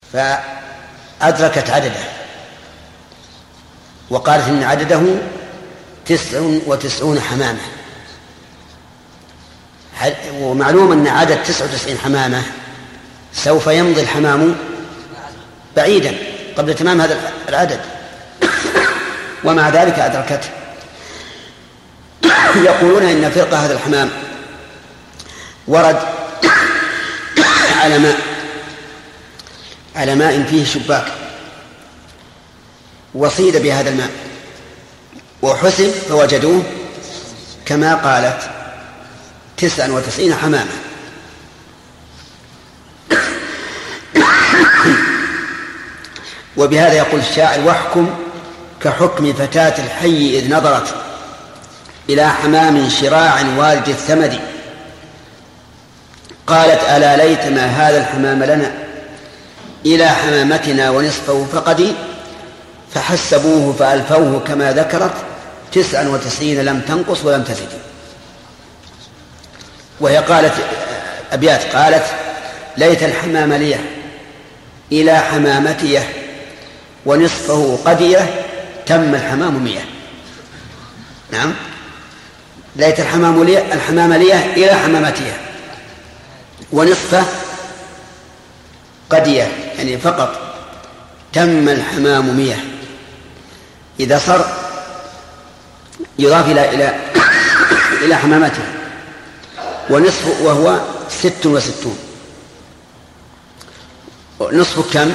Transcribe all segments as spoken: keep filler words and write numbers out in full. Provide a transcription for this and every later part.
فأدركت عدده وقالت إن عدده تسع وتسعون حمامة، ومعلوم أن عدد تسع وتسعين حمامة سوف يمضي الحمام بعيدا قبل تمام هذا العدد، ومع ذلك أدركته. يقولون إن فرقة هذا الحمام ورد على ماء على ماء فيه شباك، وصيد بهذا الماء وحسب فوجدوه كما قالت تسعا وتسعين حمامة. وبهذا يقول الشاعر: واحكم كحكم فتاة الحي إذ نظرت إلى حمام شراع والد الثمد، قالت: ألا ليت ما هذا الحمام لنا إلى حمامتنا ونصفه فقد، فحسبوه فألفوه كما ذكرت تسعا وتسعين لم تنقص ولم تزد. وهي قالت أبيات، قالت: ليت الحمام ليه إلى حمامتيه ونصفه قديه تم الحمام مياه. نعم، ليت الحمام ليه الحمام ليه إلى حمامتيه ونصفه قديه، يعني فقط تم الحمام مياه. إذا صار يضاف إلى إلى إلى حمامته ونصف وهو ست وستون، نصف كم؟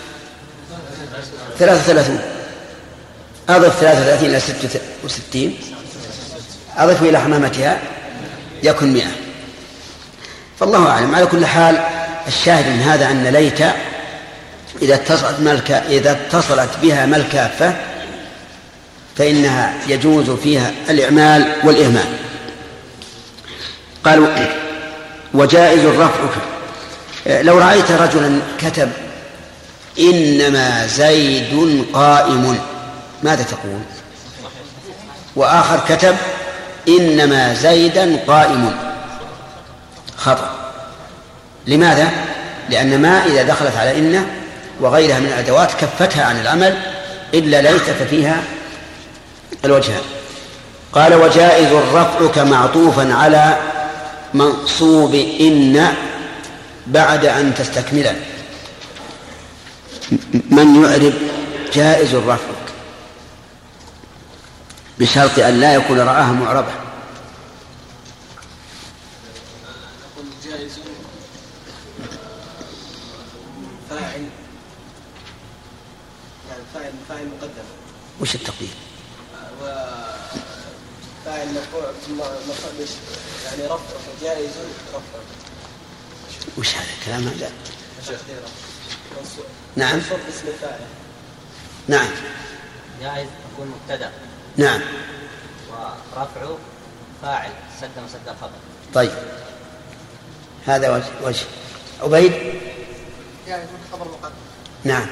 ثلاثة وثلاثون. أضف ثلاثة وثلاثين إلى ستة وستين، أضف إلى حمامتها يكون مئة. فالله أعلم. على كل حال الشاهد من هذا أن ليت إذا اتصلت ملكة إذا اتصلت بها ملكافة فإنها يجوز فيها الإعمال والإهمال. قالوا: وجائز الرفع. لو رأيت رجلا كتب إنما زيد قائم ماذا تقول؟ وآخر كتب إنما زيدا قائم، خطأ. لماذا؟ لأن ما إذا دخلت على إن وغيرها من الأدوات كفتها عن العمل، إلا ليت ففيها الوجهان. قال: وجائز الرفع كمعطوفا على منصوب إن بعد أن تستكمله. من يعرب جائز الرفع بشرط أن لا يكون رآها معربة؟ جائز فاعل، يعني فاعل فاعل مقدم. وش التقدير؟ وفاعل مرفوع يعني رفع، جائز رفع. وش هذا الكلام هذا؟ نعم. نعم. نعم. جائز تكون مبتدأ. نعم. ورفع فاعل سد مسد الخبر. طيب، هذا وجه وجه عبيد. جائز خبر مقدم. نعم.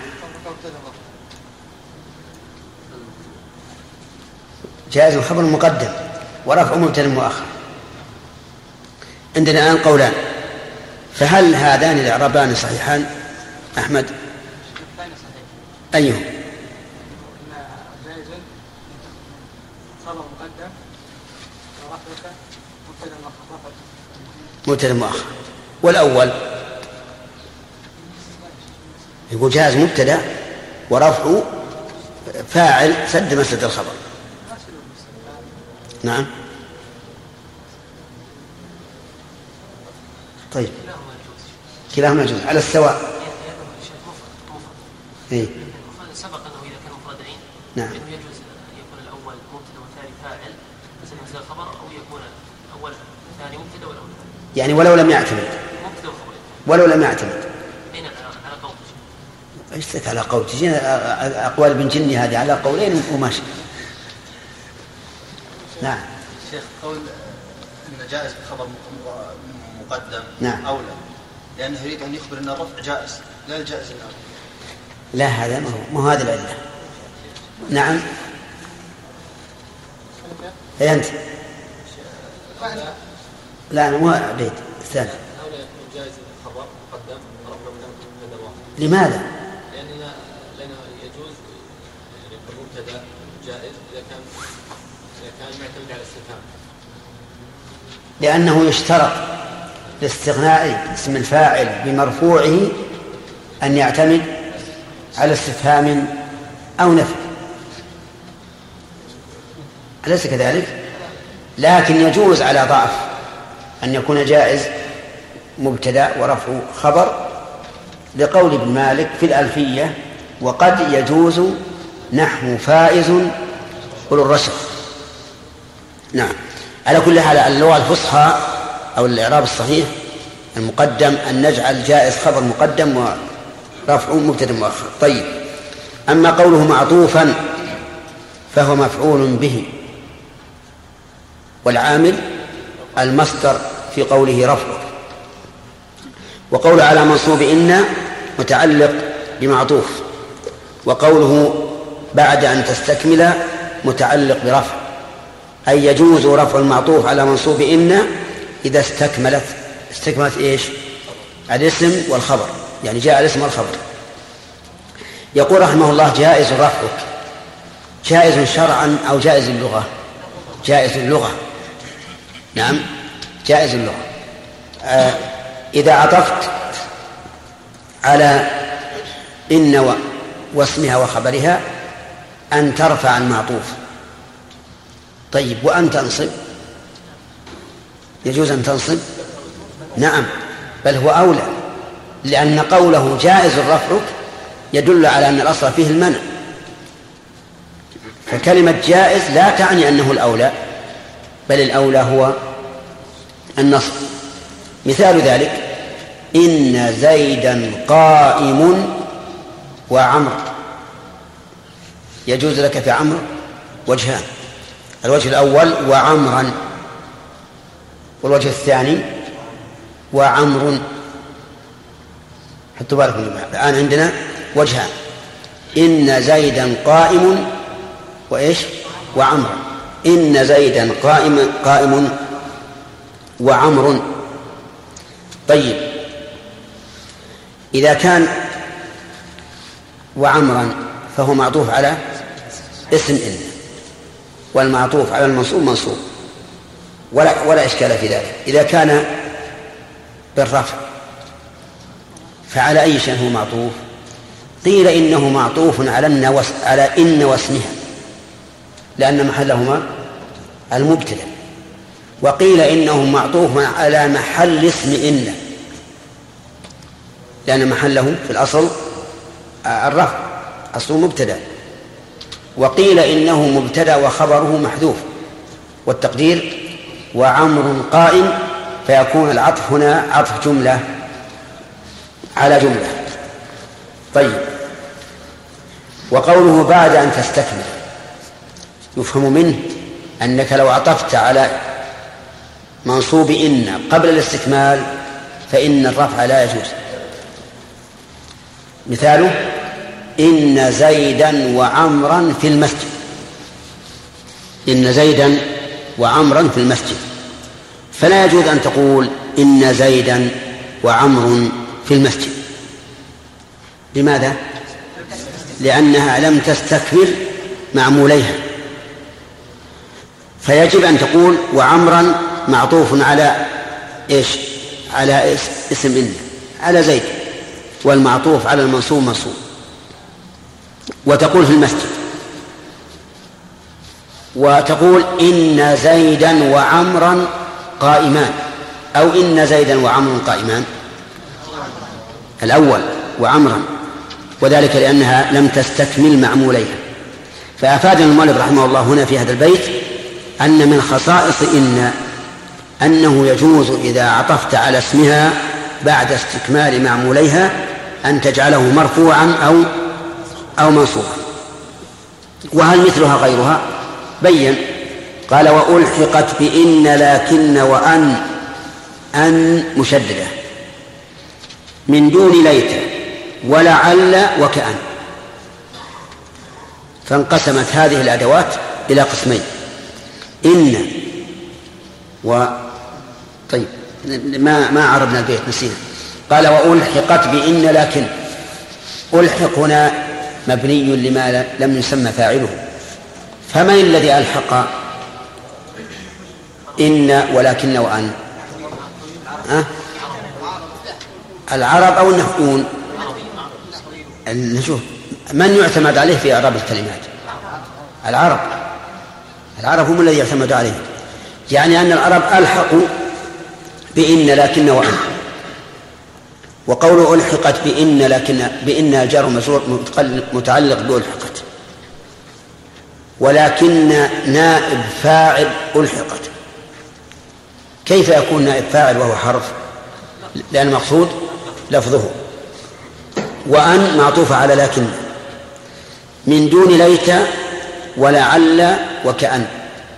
جائز الخبر المقدم ورفع مبتدأ مؤخر. عندنا الآن قولان، فهل هذان الإعرابان صحيحان أحمد؟ أيهم؟ جائز خبر مقدم ورفع مبتدأ مؤخر. مبتدأ مؤخر. والأول يقول جائز مبتدأ ورفع فاعل سد مسد الخبر. نعم. طيب، كلاهما يجوز على السواء. إيه؟ سبق أنه إذا كانوا مفردين نعم يجوز أن يكون الأول مبتدأ والثاني فاعل مثل مثل الخبر، أو يكون الأول الثاني مبتدأ والأول يعني ولو لم يعتمد مبتدأ وخبر ولو لم يعتمد. أين على قول ايش على قول تجينا أقوال ابن جني هذه على قولين وماشي. نعم. شيخ، قول إن جائز بخبر مقدم نعم أولى، لأنه يريد أن يخبر أن الرفع جائز لا الجائز الأول. لا، هذا ما هو ما هذه العلة. نعم. أي أنت؟ لا، أنا مو عبيد الثاني. أولى يكون جائز الخبر مقدم رفع مبتدأ واحد. لماذا؟ لأننا لنا يجوز يكون مبتدأ جائز إذا كان إذا كان معتمد على الاستفهام، لأنه يشترط لاستغناء اسم الفاعل بمرفوعه أن يعتمد على استفهام أو نفي، أليس كذلك؟ لكن يجوز على ضعف أن يكون جائز مبتدأ ورفع خبر، لقول ابن مالك في الألفية: وقد يجوز نحو فائز أولو الرشد. نعم. على كل حال اللغة الفصحى أو الإعراب الصحيح المقدم أن نجعل جائز خبر مقدم ورفع مبتدأ مؤخر. طيب، أما قوله معطوفا فهو مفعول به، والعامل المصدر في قوله رفعه، وقول على منصوب إن متعلق بمعطوف، وقوله بعد أن تستكمل متعلق برفع، أي يجوز رفع المعطوف على منصوب إن إذا استكملت استكملت إيش؟ الاسم والخبر، يعني جاء الاسم والخبر. يقول رحمه الله: جائز رفعك، جائز شرعا أو جائز اللغة؟ جائز اللغة. نعم، جائز اللغة. آه إذا عطفت على إن واسمها وخبرها أن ترفع المعطوف. طيب، وأن تنصب؟ يجوز أن تنصب؟ نعم، بل هو أولى، لأن قوله جائز رفعك يدل على أن الأصل فيه المنع، فكلمة جائز لا تعني أنه الأولى، بل الأولى هو النصب. مثال ذلك: إن زيدا قائم وعمر. يجوز لك في عمرو وجهان: الوجه الأول وعمرا، والوجه الثاني وعمر. حطوا بالكم الآن عندنا وجهان: إن زيدا قائم وإيش؟ وعمر. إن زيدا قائم قائم وعمر. طيب، إذا كان وعمرا فهو معطوف على اسم إن، والمعطوف على المنصوب منصوب، ولا, ولا إشكال في ذلك. إذا كان بالرفع فعلى أي شيء هو معطوف؟ قيل إنه معطوف على إن, على إن واسمها، لأن محلهما المبتدأ، وقيل إنه معطوف على محل اسم إن، لأن محله في الأصل الرفع، أصله مبتدأ. وقيل إنه مبتدأ وخبره محذوف، والتقدير وعمر قائم، فيكون العطف هنا عطف جملة على جملة. طيب، وقوله بعد أن تستكمل يفهم منه أنك لو عطفت على منصوب إن قبل الاستكمال فإن الرفع لا يجوز. مثاله: إن زيدا وعمرا في المسجد. إن زيدا وعمرا في المسجد، فلا يجوز أن تقول إن زيدا وعمر في المسجد. لماذا؟ لأنها لم تستكمل معموليها، فيجب أن تقول وعمرا معطوف على إيش؟ على اسم إن، على زيد، والمعطوف على المنصوب منصوب، وتقول في المسجد، وتقول إن زيدا وعمرا قائمان، أو إن زيدا وعمرا قائمان، الأول وعمرا، وذلك لأنها لم تستكمل معموليها. فأفادنا المؤلف رحمه الله هنا في هذا البيت أن من خصائص إن أنه يجوز إذا عطفت على اسمها بعد استكمال معموليها أن تجعله مرفوعا أو أو منصوبا. وهل مثلها غيرها؟ بين، قال: وألحقت بإن لكن وأن، أن مشددة من دون ليت ولعل وكأن. فانقسمت هذه الأدوات إلى قسمين: إن و طيب ما ما عربنا البيت، نسينا. قال: وألحقت بإن لكن، ألحق هنا مبني لما لم يسمى فاعله، فمن الذي ألحق إن ولكن وأن؟ أه؟ العرب أو النحويون؟ نشوف من يعتمد عليه في إعراب الكلمات. العرب العرب هم الذي يعتمد عليه، يعني أن العرب ألحقوا بإن لكن وأن. وقوله ألحقت بإن لكن بإن جار مجرور متعلق بألحقت، ولكن نائب فاعل ألحقت. كيف يكون نائب فاعل وهو حرف؟ لأن المقصود لفظه. وأن معطوفة على لكن، من دون ليت ولعل وكأن.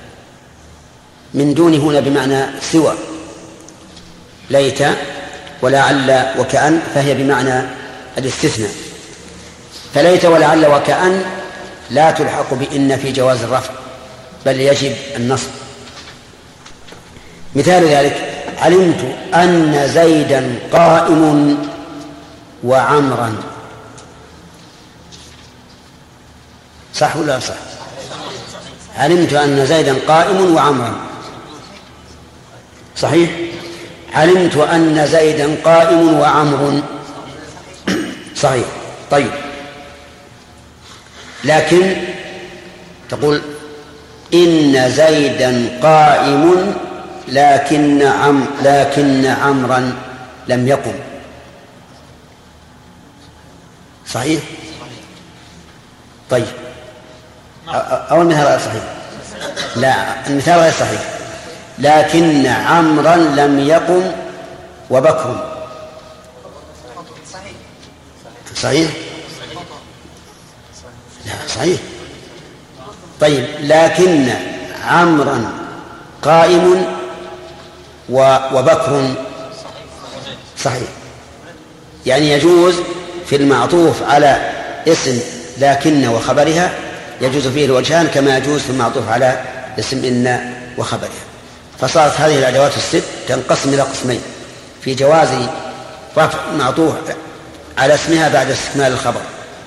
من دون هنا بمعنى سوى ليت ولعل وكأن، فهي بمعنى الاستثناء. فليت ولعل وكأن لا تلحق بإن في جواز الرفع، بل يجب النصب. مثال ذلك: علمت أن زيدا قائم وعمرا. صح ولا صح؟ علمت أن زيدا قائم وعمرا صحيح. علمت أن زيدا قائم وعمر صحيح. طيب، لكن تقول إن زيدا قائم لكن عم لكن عمرا لم يقم. صحيح؟ طيب، أو المثال غير صحيح؟ لا، المثال غير صحيح. لكن عمرا لم يقم وبكر. صحيح؟ لا صحيح. طيب، لكن عمرا قائم وبكر صحيح. يعني يجوز في المعطوف على اسم لكن وخبرها يجوز فيه الوجهان، كما يجوز في المعطوف على اسم إن وخبرها. فصارت هذه الأدوات الست تنقسم إلى قسمين في جواز رفع معطوف على اسمها بعد استكمال الخبر.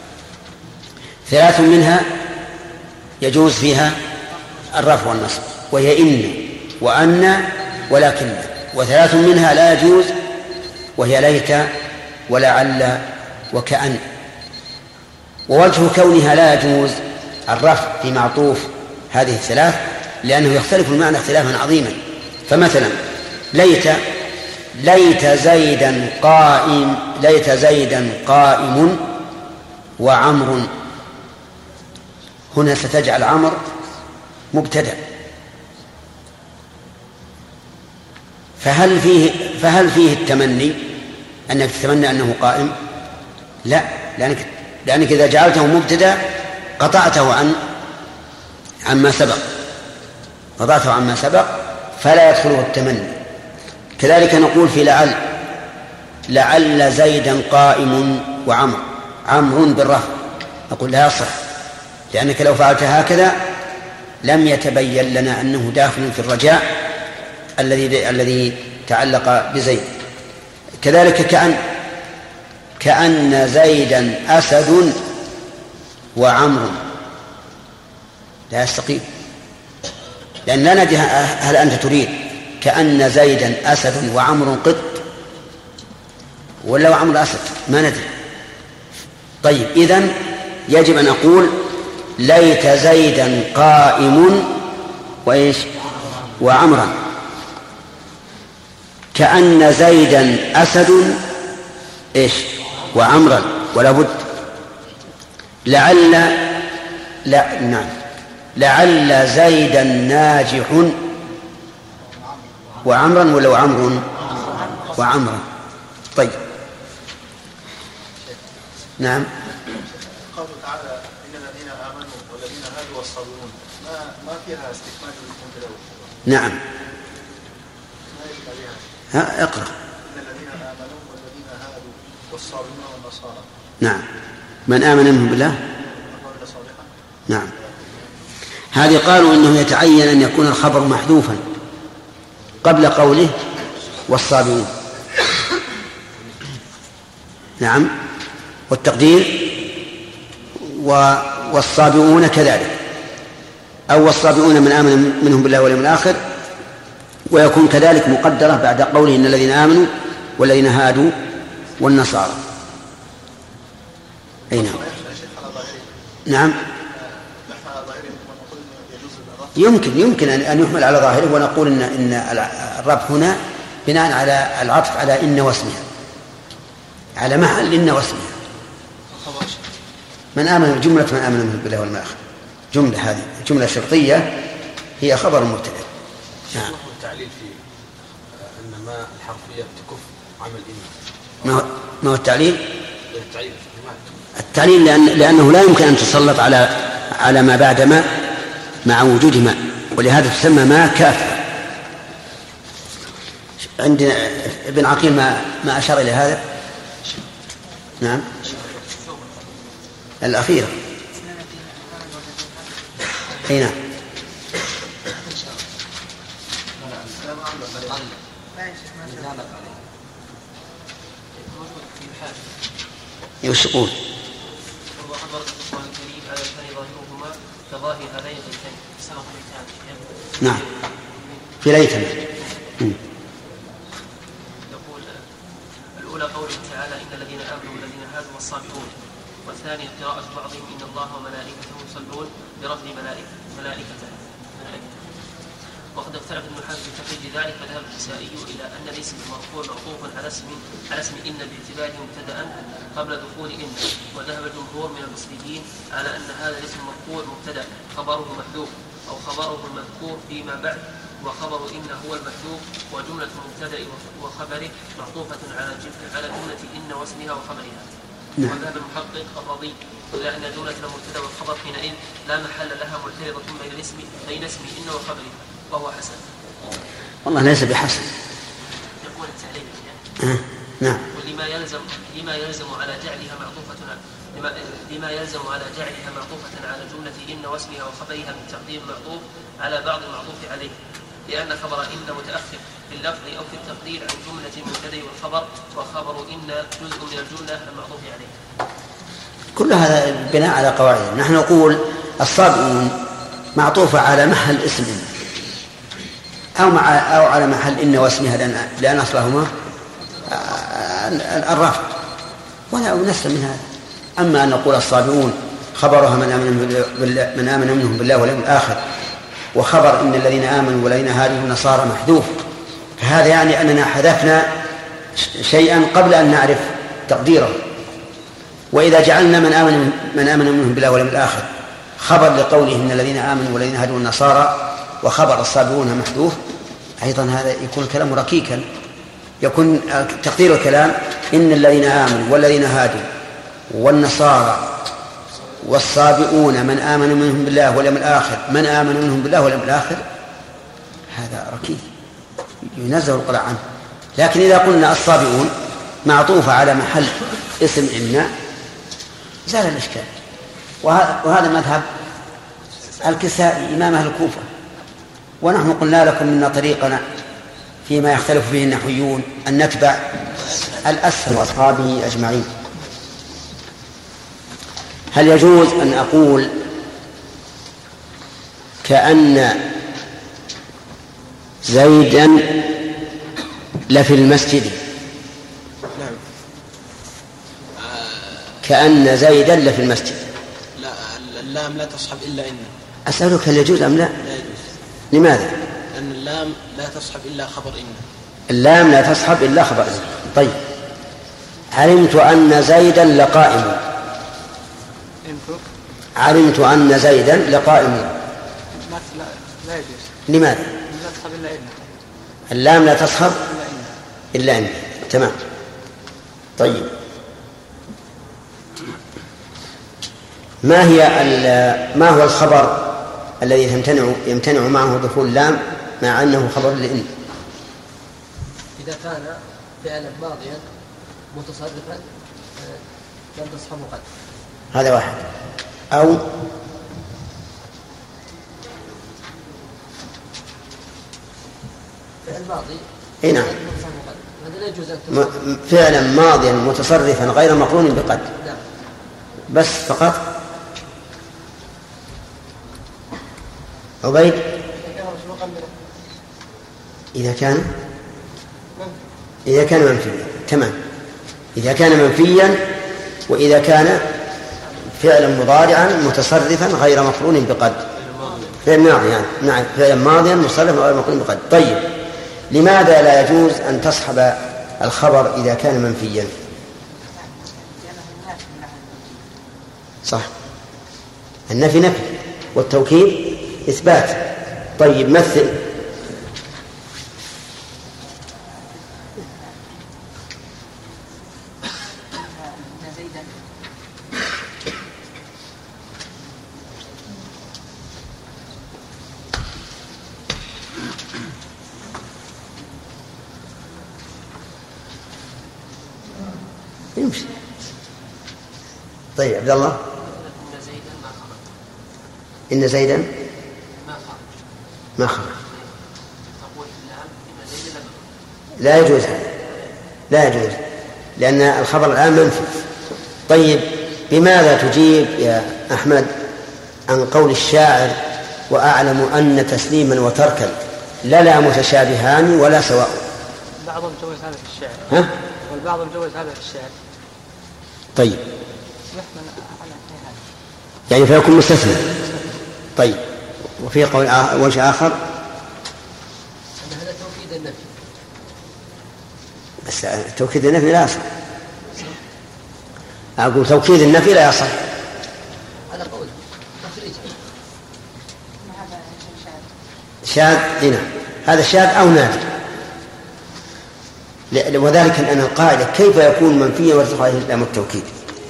ثلاث منها يجوز فيها الرفع والنصب، وهي إن وأن ولكن. وثلاث منها لا يجوز، وهي ليت ولعل وكأن. ووجه كونها لا يجوز الرفع في معطوف هذه الثلاث لأنه يختلف المعنى اختلافا عظيما. فمثلا ليت ليت زيدا قائم ليت زيدا قائم وعمر، هنا ستجعل عمر مبتدأ، فهل فيه فهل فيه التمني أنك تتمنى أنه قائم؟ لا، لأنك لأنك إذا جعلته مبتدأ قطعته عن عما سبق قطعته عما سبق فلا يدخله التمني. كذلك نقول في لعل لعل زيدا قائم وعمر عمر بالرفع، نقول لا يصح، لأنك لو فعلت هكذا لم يتبين لنا أنه داخل في الرجاء الذي الذي تعلق بزيد. كذلك كأن كأن زيدا أسد وعمر لا يستقيم، لأن لا ندري هل أنت تريد كأن زيدا أسد وعمر قط ولا وعمر أسد، ما ندري. طيب، إذن يجب أن أقول ليت زيدا قائم وإيش وعمرا، كأن زيدا أسد إيش وعمرا، ولا بد. لعل لا نعم لعل زيدا ناجح وعمرا ولا وعمر وعمرا. طيب، نعم. قوله تعالى إن الذين آمنوا والذين هادوا والصابرون ما ما فيها استكمال للمبتدأ. نعم. ما يشبه بها. ها اقرأ. إن الذين آمنوا والذين هادوا والصابرون والنصارى. نعم. من آمن منهم بالله. نعم. هذه قالوا إنه يتعين أن يكون الخبر محذوفا قبل قوله والصابرون. نعم. والتقدير والصابئون كذلك، أو والصابئون من آمن منهم بالله واليوم الآخر، ويكون كذلك مقدرة بعد قوله إن الذين آمنوا والذين هادوا والنصارى. أي نعم. نعم يمكن يمكن أن يحمل على ظاهره، ونقول إن إن الرب هنا بناء على العطف على إن واسمها، على محل إن واسمها. من آمن جملة من آمن بالله واليوم الآخر، جملة هذه جملة شرطية هي خبر مبتدأ. نعم. التعليل في أن ما الحرفية تكف عمل إن. ما هو ما هو التعليل؟ التعليل التعليل لأن لأنه لا يمكن أن تسلط على على ما بعد ما مع وجود ما، ولهذا تسمى ما كافة. عندنا ابن عقيل ما ما أشار إلى هذا. نعم الأخيرة. أي نعم. يوشقون نعم في ليتنا. يقول الأولى قوله تعالى إن الذين آمنوا والذين هادوا والصابئون، والثاني قراءة بعضهم إن الله وملائكته يصلون برفض ملائكة ملائكته ملائكته. وقد اختلف ابن حزم في تقييد ذلك، فذهب الكسائي إلى أن الاسم المرفوع معطوف على اسم على اسم إن باعتباره مبتدأ قبل دخول إن، وذهب الجمهور من المصريين على أن هذا الاسم المرفوع مبتدأ خبره محذوف أو خبره المذكور فيما بعد، وخبر إن هو المحذوف، وجملة المبتدأ وخبره معطوفة على على جملة إن واسمها وخبرها. وذهب المحقق الرضي إلى أن جملة المبتدأ والخبر حينئذ لا محل لها معترضة بين الاسم بين اسم إن وخبرها، وهو حسن. والله ليس بحسن. يقول التعليل يعني. آه. نعم. ولما يلزم لما يلزم على جعلها معطوفة لما, لما يلزم على جعلها معطوفة على جملة إن واسمها وخبرها من تقديم معطوف على بعض المعطوف عليه، لأن خبر إن متأخر في اللفظ أو في التقدير عن جملة المبتدأ والخبر، وخبر إن جزء من الجملة المعطوف عليه. كل هذا بناء على قواعد. نحن نقول الصابئون معطوفة على محل اسم إن، أو مع أو على محل إن واسمها، لأن لأن أصلهما الرفع، ولا نسلم من هذا. أما أن نقول الصابئون خبرها من آمن من آمن منهم بالله واليوم الآخر، وخبر إن الذين آمنوا والذين هادوا النصارى محذوف، فهذا يعني أننا حذفنا شيئا قبل أن نعرف تقديره. وإذا جعلنا من آمن من آمن منهم بالله واليوم الآخر خبر لقوله إن الذين آمنوا والذين هادوا النصارى، وخبر الصابئون محذوف، أيضا هذا يكون الكلام ركيكا. يكون تقدير الكلام إن الذين آمنوا والذين هادوا والنصارى والصابئون من آمن منهم بالله واليوم الآخر، من آمن منهم بالله واليوم الآخر، هذا ركيك ينزه القرآن عنه. لكن إذا قلنا الصابئون معطوفة على محل اسم إن زال الإشكال. وهذا مذهب الكسائي إمام أهل الكوفة، ونحن قلنا لكم إن طريقنا فيما يختلف فيه النحويون أن نتبع الأسهل وأصحابه أجمعين. هل يجوز أن أقول كأن زيدا لفي المسجد؟ نعم. كأن زيدا لفي المسجد. لا، اللام لا تصحب إلا إن. أسألك هل يجوز أم لا؟ لا يجوز. لماذا؟ لأن اللام لا تصحب إلا خبر إن. اللام لا تصحب إلا خبر إن. طيب، علمت أن زيدا لقائم. علمت أن زيدا لقائم. لا لا يجوز. لماذا؟ لا تصحب إلا إن. اللام لا تصحب إلا إن. تمام. طيب، ما هي ما هو الخبر الذي يمتنع يمتنع معه دخول اللام مع أنه خبر لإن؟ إذا كان فعلا ماضيا متصرفا لم تصحبه قد. هذا واحد. أو فعل ماضي. إيه نعم. هذا لا يجوز أن فعلا ماضيا متصرفا غير مقرون بقد. نعم. بس فقط. عبيد إذا كان إذا كان منفيا تمام، إذا كان منفيا وإذا كان فعلا مضارعا متصرفا غير مقرون بقد، فعل ماضي يعني نعم فعلا ماضيا متصرفا غير مقرون بقد. طيب لماذا لا يجوز أن تصحب الخبر إذا كان منفيا؟ صح، النفي نفي والتوكيد إثبات. طيب مثل. يمشي. طيب عبد الله. إن زيدا ما خرج. لا يجوز هذا، لا يجوز لأن الخبر الآن منفي. طيب بماذا تجيب يا أحمد عن قول الشاعر وأعلم أن تسليما وتركا لا لا متشابهان ولا سواء؟ بعضهم جوز هذا في الشعر. ها؟ والبعض جوز هذا في الشعر. طيب يعني فيكون مستثنى. طيب وفي قول وجه آخر أن هذا توكيد النفي، بس توكيد النفي لا يصح. أقول توكيد النفي لا يصح على قول تخريج شاذ هنا، هذا شاذ أو نادر، وذلك أن القاعدة كيف يكون منفيا ويرتفع عليه اللام التوكيد.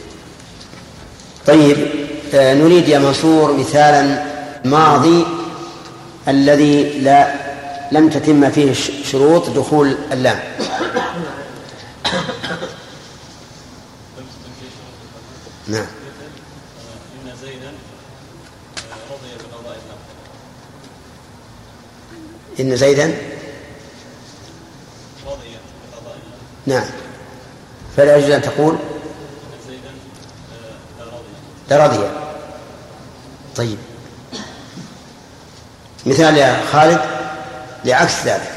طيب نريد يا منصور مثالا ماضي الذي لا لم تتم فيه شروط دخول اللام. نعم. إن زيدا رضي بقضاء الله. إن زيدا رضي بقضاء الله. نعم، فلا يجوز أن تقول إن زيدا رضي. لرضي. طيب مثال يا خالد لعكس ذلك،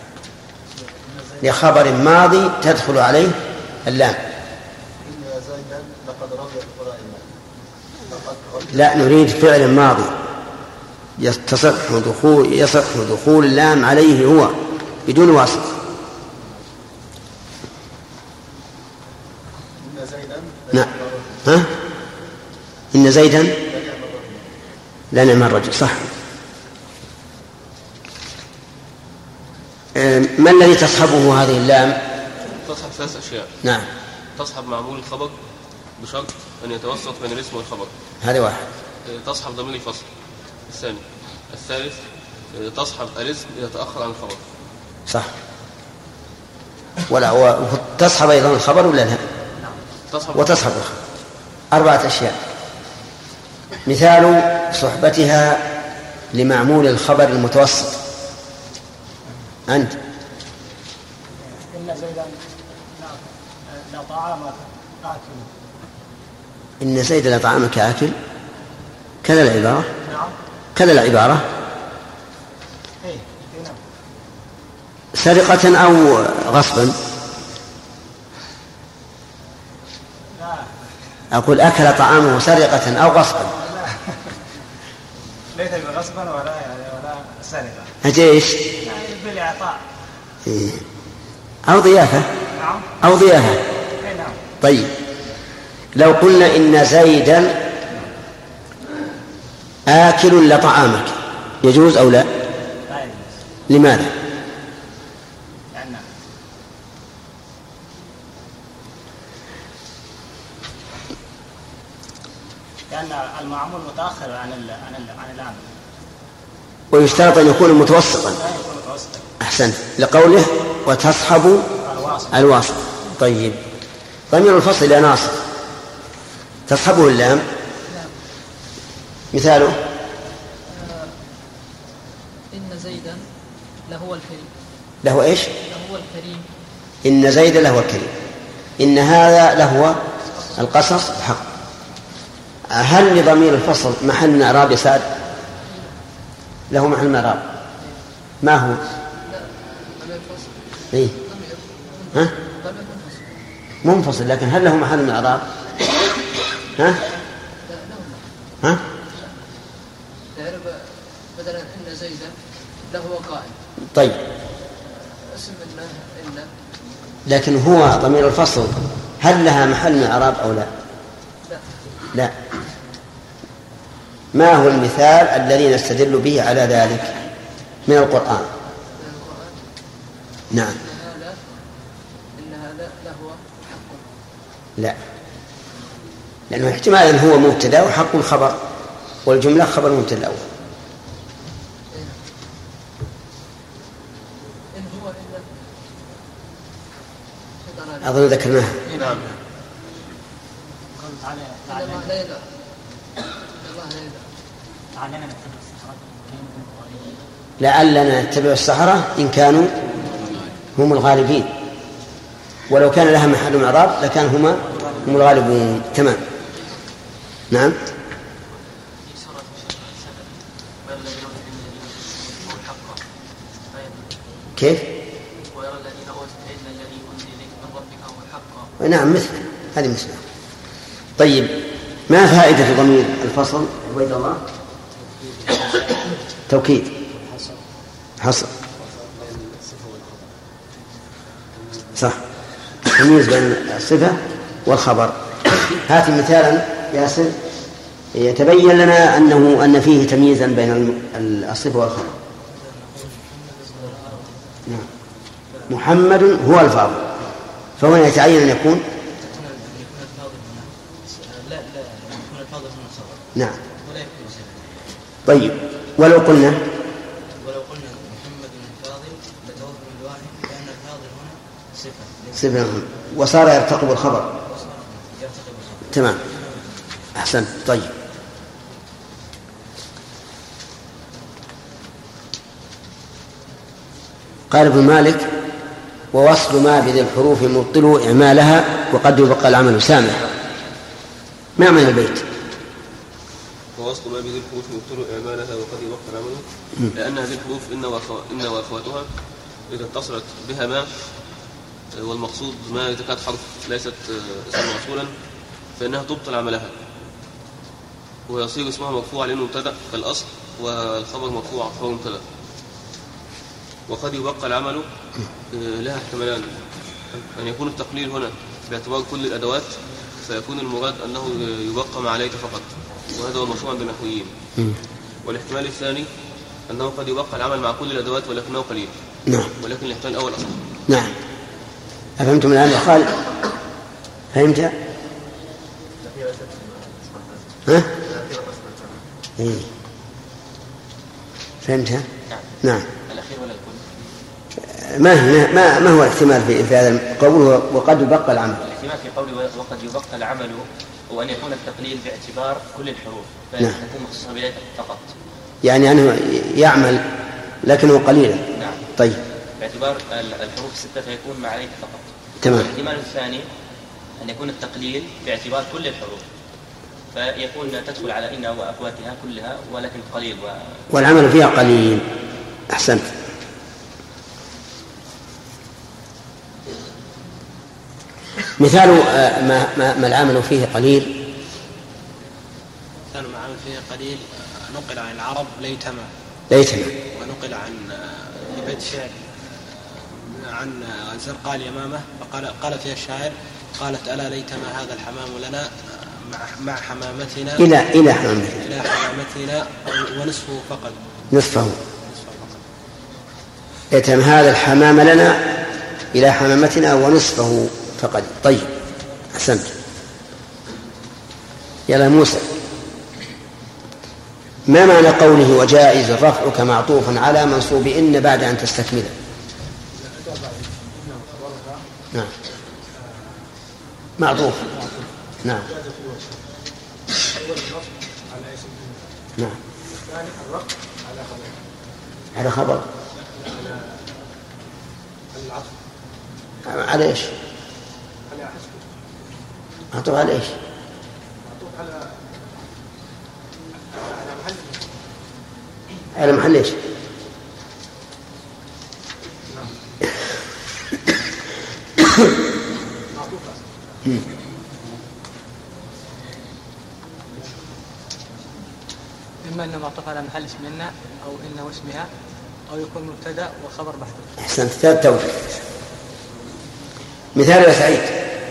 لخبر ماضي تدخل عليه اللام. إن زيدا لقد رضي بقضاء الله. لا، نريد فعل ماضي يصح دخول يصح دخول اللام عليه هو بدون واسطة. إن زيدا نعم. ها؟ إن زيدا لا نعم الرجل. صح. ما الذي تصحبه هذه اللام؟ تصحب ثلاث أشياء. نعم. تصحب معمول الخبر بشرط أن يتوسط بين الاسم والخبر، هذا واحد. تصحب ضمير الفصل الثاني. الثالث تصحب الاسم إذا تأخر عن الخبر. صح. ولا وتصحب أيضا الخبر ولا لا؟ تصحب وتصحب الخبر. أربعة أشياء. مثال صحبتها لمعمول الخبر المتوسط. أنت إن زيدا لطعامك آكل. إن زيدا لطعامك آكل. كذا العبارة. نعم. كذا العبارة. إيه نعم. سرقة أو غصبا؟ لا. أقول أكل طعامه سرقة أو غصبا. ليس بغصبا ولا يعني ولا سرقة. أجيش؟ يعني بالإعطاء. إيه. أو ضيافة. نعم. أو ضيافة. إيه نعم. طيب لو قلنا إن زيدا آكل لطعامك يجوز أو لا؟ لا يجوز. لماذا؟ لأن لأن المعمول متأخر عن ال عن ال عن العامل. ويشترط أن يكون متوسطا. لا يكون متوسطا. أحسنت، لقوله وتصحب الواسط. الواسط. طيب ضمير الفصل إلى ناصب تصحبه اللام. مثاله إن زيدا لهو الكريم. له إيش؟ لهو الكريم. إن زيدا لهو الكريم. إن هذا لهو القصص الحق. هل لضمير الفصل محل من إعراب يا سعد؟ له محل من إعراب. ما هو؟ إيه؟ ها؟ منفصل، لكن هل له محل من إعراب؟ ها؟ ها؟ مثلا إن زيدا له قائم. طيب. اسم إنه إن. لكن هو ضمير الفصل هل لها محل من إعراب أو لا؟ لا. لا. ما هو المثال الذي نستدل به على ذلك من القرآن؟ من القرآن. نعم. إن هذا إن هذا لهو حق. لا، لأنه احتمال هو مبتدأ وحق خبر، والجملة خبر مبتدأ الأول. إن هو إلا أظن ذكرناها. نعم. لعلنا نتبع السحرة إن كانوا هم الغالبين، ولو كان لها محل من إعراب لكان هما هم الغالبون. تمام. نعم. كيف؟ ويرى الذين أوتوا العلم الذي أنزل إليك من ربك هو الحق. نعم، مثل هذه مثلها. طيب، ما فائدة ضمير الفصل عبيد الله؟ توكيد، حصر، صح، تمييز بين الصفة والخبر. هات مثالا ياسر يتبين لنا أنه أن فيه تمييزا بين الصفة والخبر. نعم. محمد هو الفاضل، فهنا يتعين أن يكون نعم. طيب، ولو قلنا ولو قلنا محمد الفاضل لتوفر الواحد لأن الفاضل هنا صفة صفة وصار يرتقب الخبر. تمام، أحسن. طيب، قال ابن مالك: ووصل ما بذي الحروف مبطل إعمالها وقد يبقى العمل سامح. ما معنى البيت؟ ووصل ما بذي الحروف مبطل إعمالها وقد يبقى العمل، لأن هذه الحروف إن إن وأخواتها إذا اتصلت بها ما، والمقصود ما إذا كانت حرف ليست اسم موصولا فإنها تبطل عملها ويصير اسمها مرفوع لأنه مبتدأ كالأصل، والخبر مرفوع فهو مبتدأ. وقد يبقى العمل لها احتمالان: أن يكون التقليل هنا باعتبار كل الأدوات، فيكون المراد أنه يبقى ما عليك فقط، وهذا هو المشروع عند النحويين. والاحتمال الثاني أنه قد يبقى العمل مع كل الأدوات ولكنه قليل. نعم. ولكن الاحتمال الأول أصح. نعم. أفهمتم الآن يا خالد؟ فهمت؟ ها؟ إيه. فهمتها؟ نعم. نعم. الأخير ولا الكل؟ ما هنا ما ما هو الاحتمال في في هذا قوله وقد يبقى العمل؟ الاحتمال في قوله وقد يبقى العمل هو أن يكون التقليل باعتبار كل الحروف، نعم. فتكون مخصوصة بذلك فقط. يعني أنه يعمل لكنه قليلا. نعم. طيب. باعتبار الحروف الستة فيكون ما عليك فقط. تمام. الاحتمال الثاني أن يكون التقليل باعتبار كل الحروف، فيكون تدخل على إن وأخواتها كلها ولكن قليل و... والعمل فيها قليل. أحسنت. مثال ما, ما, ما العمل فيه قليل. مثال ما العمل فيه قليل نقل عن العرب ليتما ليتما ونقل عن بيت شعر عن زرقاء اليمامة، فقال قال فيها الشاعر: قالت ألا ليتما هذا الحمام لنا مع, مع حمامتنا إلى إلى حمامتنا إلى حمامتنا ونصفه فقط. نصفه ليتما هذا الحمام لنا إلى حمامتنا ونصفه فقط. طيب، أحسنت. يلا موسى، ما معنى قوله وجائز رفعك معطوفا على منصوب إن بعد أن تستكمله؟ نعم، معطوف. نعم. نعم. على خبر على ايش؟ معطوف على ايش؟ على محل ايش؟ إما أنه معطوف على محل اسمنا أو إنه اسمها أو يكون مبتدأ وخبر محذوف. أحسنت. ثالث توجيه. مثال يا سعيد.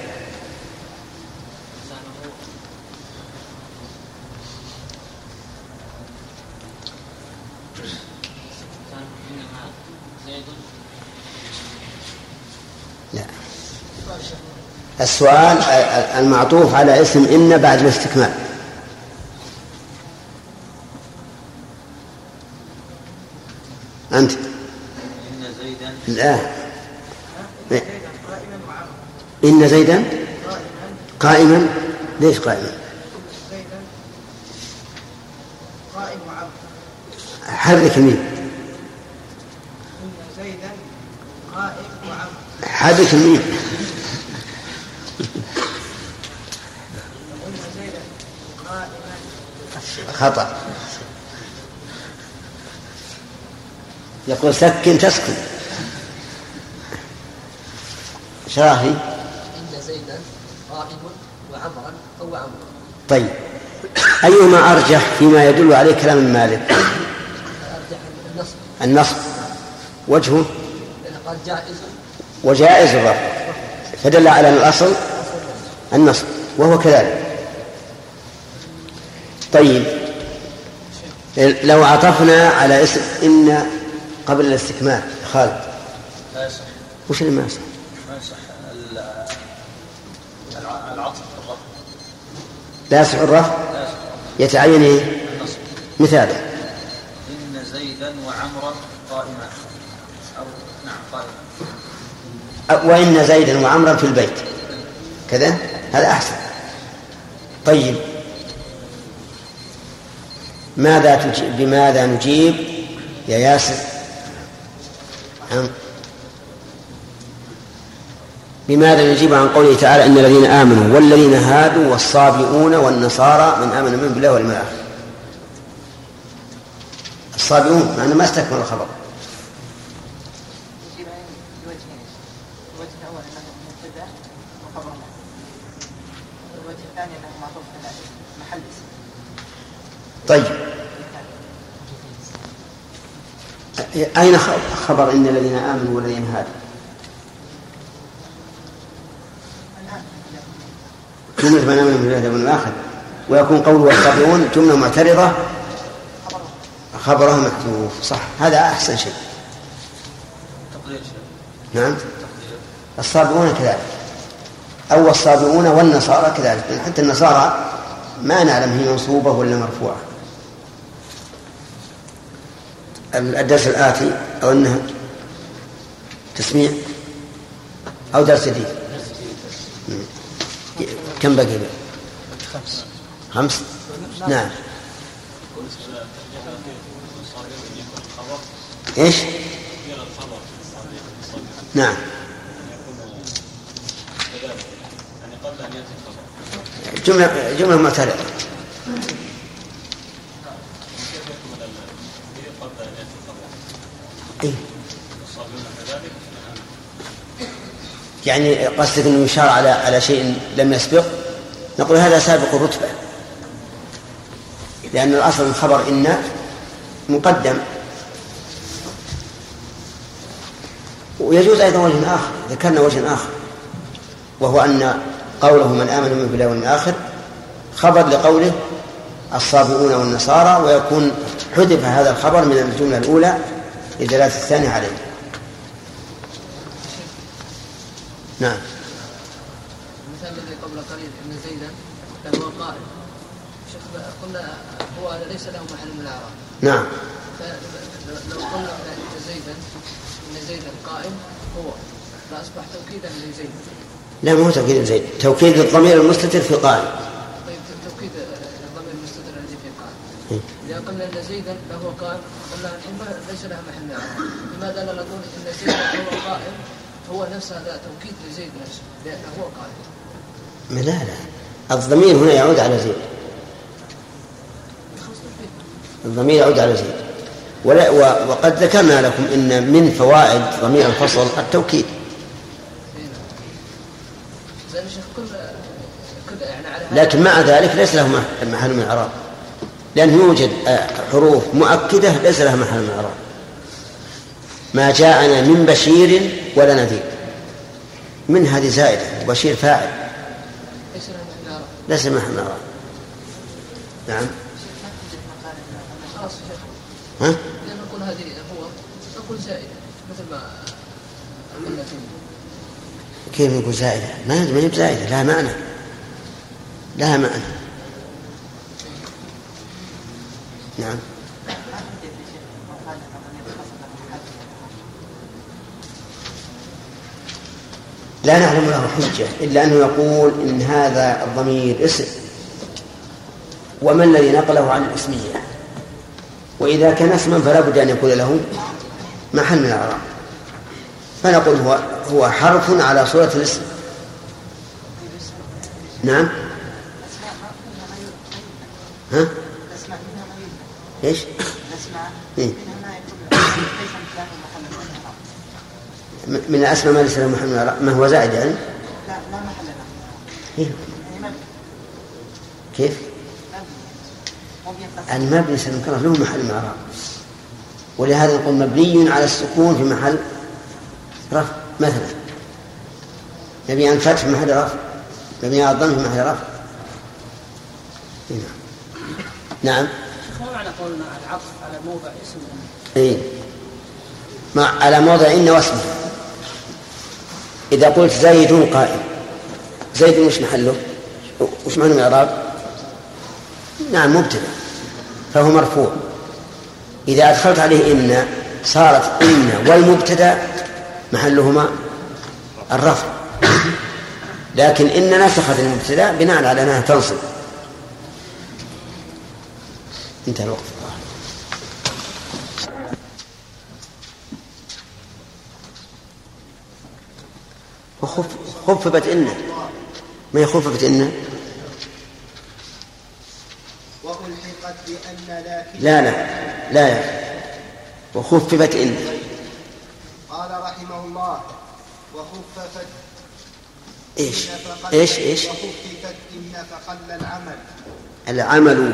لا. السؤال المعطوف على اسم إن بعد الاستكمال. أنت إن زيدا لا إن زيدا قائما. ليش قائما؟ حرك الميم. إن زيدا قائم وعمر. حرك الميم. إن زيدا قائما. خطأ. يقول سكن تسكن. شراهي إن زيدا قائم وعمرا أو عمرا. طيب أيهما أرجح فيما يدل عليه كلام المالك؟ أرجح النصب. النصب. وجهه قال جائز وجائز الرفع، فدل على الأصل النصب وهو كذلك. طيب لو عطفنا على اسم إن قبل الاستكمال خالد لا يصح. وش اللي ما يصح؟ ما يصح العطف الرفع. لا يصح الرفع. يتعين ايه؟ النصب. مثاله إن زيدا وعمرا قائما أو نعم قائما. وإن زيدا وعمرا في البيت كذا، هذا أحسن. طيب ماذا تجيب؟ بماذا نجيب يا ياسر؟ بماذا نجيب عن قوله تعالى إن الذين آمنوا والذين هادوا والصابئون والنصارى من آمن من بالله واليوم الآخر. الصابئون مع أنه ما استكمل الخبر. يجيب عن بوجهين. الوجه الأول أنه مبتدأ وخبر محذوف. الوجه الثاني أنه معطوف على محل اسم. طيب أين خبر إن الذين آمنوا والذين هادوا؟ جملة من آمن بالله واليوم الآخر، ويكون قوله والصابئون جملة معترضة خبرها محذوف. صح، هذا أحسن شيء. تقدير شيء. نعم الصابئون كذلك، أو الصابئون والنصارى كذلك، حتى النصارى ما نعلم هي منصوبة ولا مرفوعة. الدرس الآتي أو أنها تسميع أو درس جديد. كم بقي بقى؟ خمس. خمس؟ نعم. إيش؟ نعم. جملة جملة معترضة. إيه؟ يعني قصدك أنه يشار على على شيء لم يسبق، نقول هذا سابق الرتبة، لأن الأصل الخبر إن مقدم. ويجوز أيضا وجه آخر، ذكرنا وجه آخر وهو أن قوله من آمن من بالله واليوم الآخر خبر لقوله الصابئون والنصارى، ويكون حذف هذا الخبر من الجملة الأولى لدلالة الثانية عليه. نعم. المثال الذي قبل قليل ان زيدا كان هو قائم، قلنا هو ليس له محل من الاعراب. نعم. لو قلنا ان زيدا ان زيدا قائم هو لا اصبح توكيدا لزيد. لا، ما هو توكيد زيد، توكيد الضمير المستتر في قائم. طيب توكيد الضمير المستتر الذي في قائم. إذا قلنا ان زيدا له قائم قلنا الحين ليس له محل من الاعراب. لماذا لا نقول ان زيدا هو قائم هو نفسه هذا توكيد لزيد نفسه لأنه هو قائم؟ لا لا، الضمير هنا يعود على زيد. الضمير يعود على زيد. ولا وقد ذكرنا لكم إن من فوائد ضمير الفصل التوكيد. لكن مع ذلك ليس له محل من الإعراب، لأنه يوجد حروف مؤكدة ليس لها محل من الإعراب. ما جاءنا من بشير ولا نذير، من هذه زائدة، وبشير فاعل ليس محل من الإعراب. نعم. ها؟ نقول هذه هو نقول زائدة مثل ما قلنا فيه. كيف نقول زائدة؟ ما هي زائدة، لها معنى، لها معنى. نعم. لا نعلم له حجة إلا أنه يقول إن هذا الضمير اسم، وما الذي نقله عن الاسمية، وإذا كان اسما فلا بد أن يكون له محل من الإعراب، فنقول هو هو حرف على صورة الاسم. نعم. ها؟ ايش؟ إيه؟ من الأسماء ما ليس له محل من الإعراب، ما هو زائد يعني؟ لا لا محل له. إيه؟ كيف؟ المبني سنكره له محل من الإعراب، ولهذا نقول مبني على السكون في محل رفع، مثلا مبني على الفتح في محل رفع، مبني على الضم في محل رفع. نعم. ما معنى قولنا العطف على موضع اسم؟ اي مع على موضع إن واسمه. إذا قلت زيد قائم، زيد وش محله؟ وش معنى الإعراب؟ نعم مبتدأ فهو مرفوع. إذا أدخلت عليه إن صارت إن والمبتدأ محلهما الرفع، لكن إن نسخت المبتدأ بناء على أنها تنصب. انتهى الوقت. وخففت إن، ما يخففت إن وألحقت بأن لكن لا لا لا لا وخففت إن. قال رحمه الله وخففت إيش إيش إيش وخففت إن فقل العمل العمل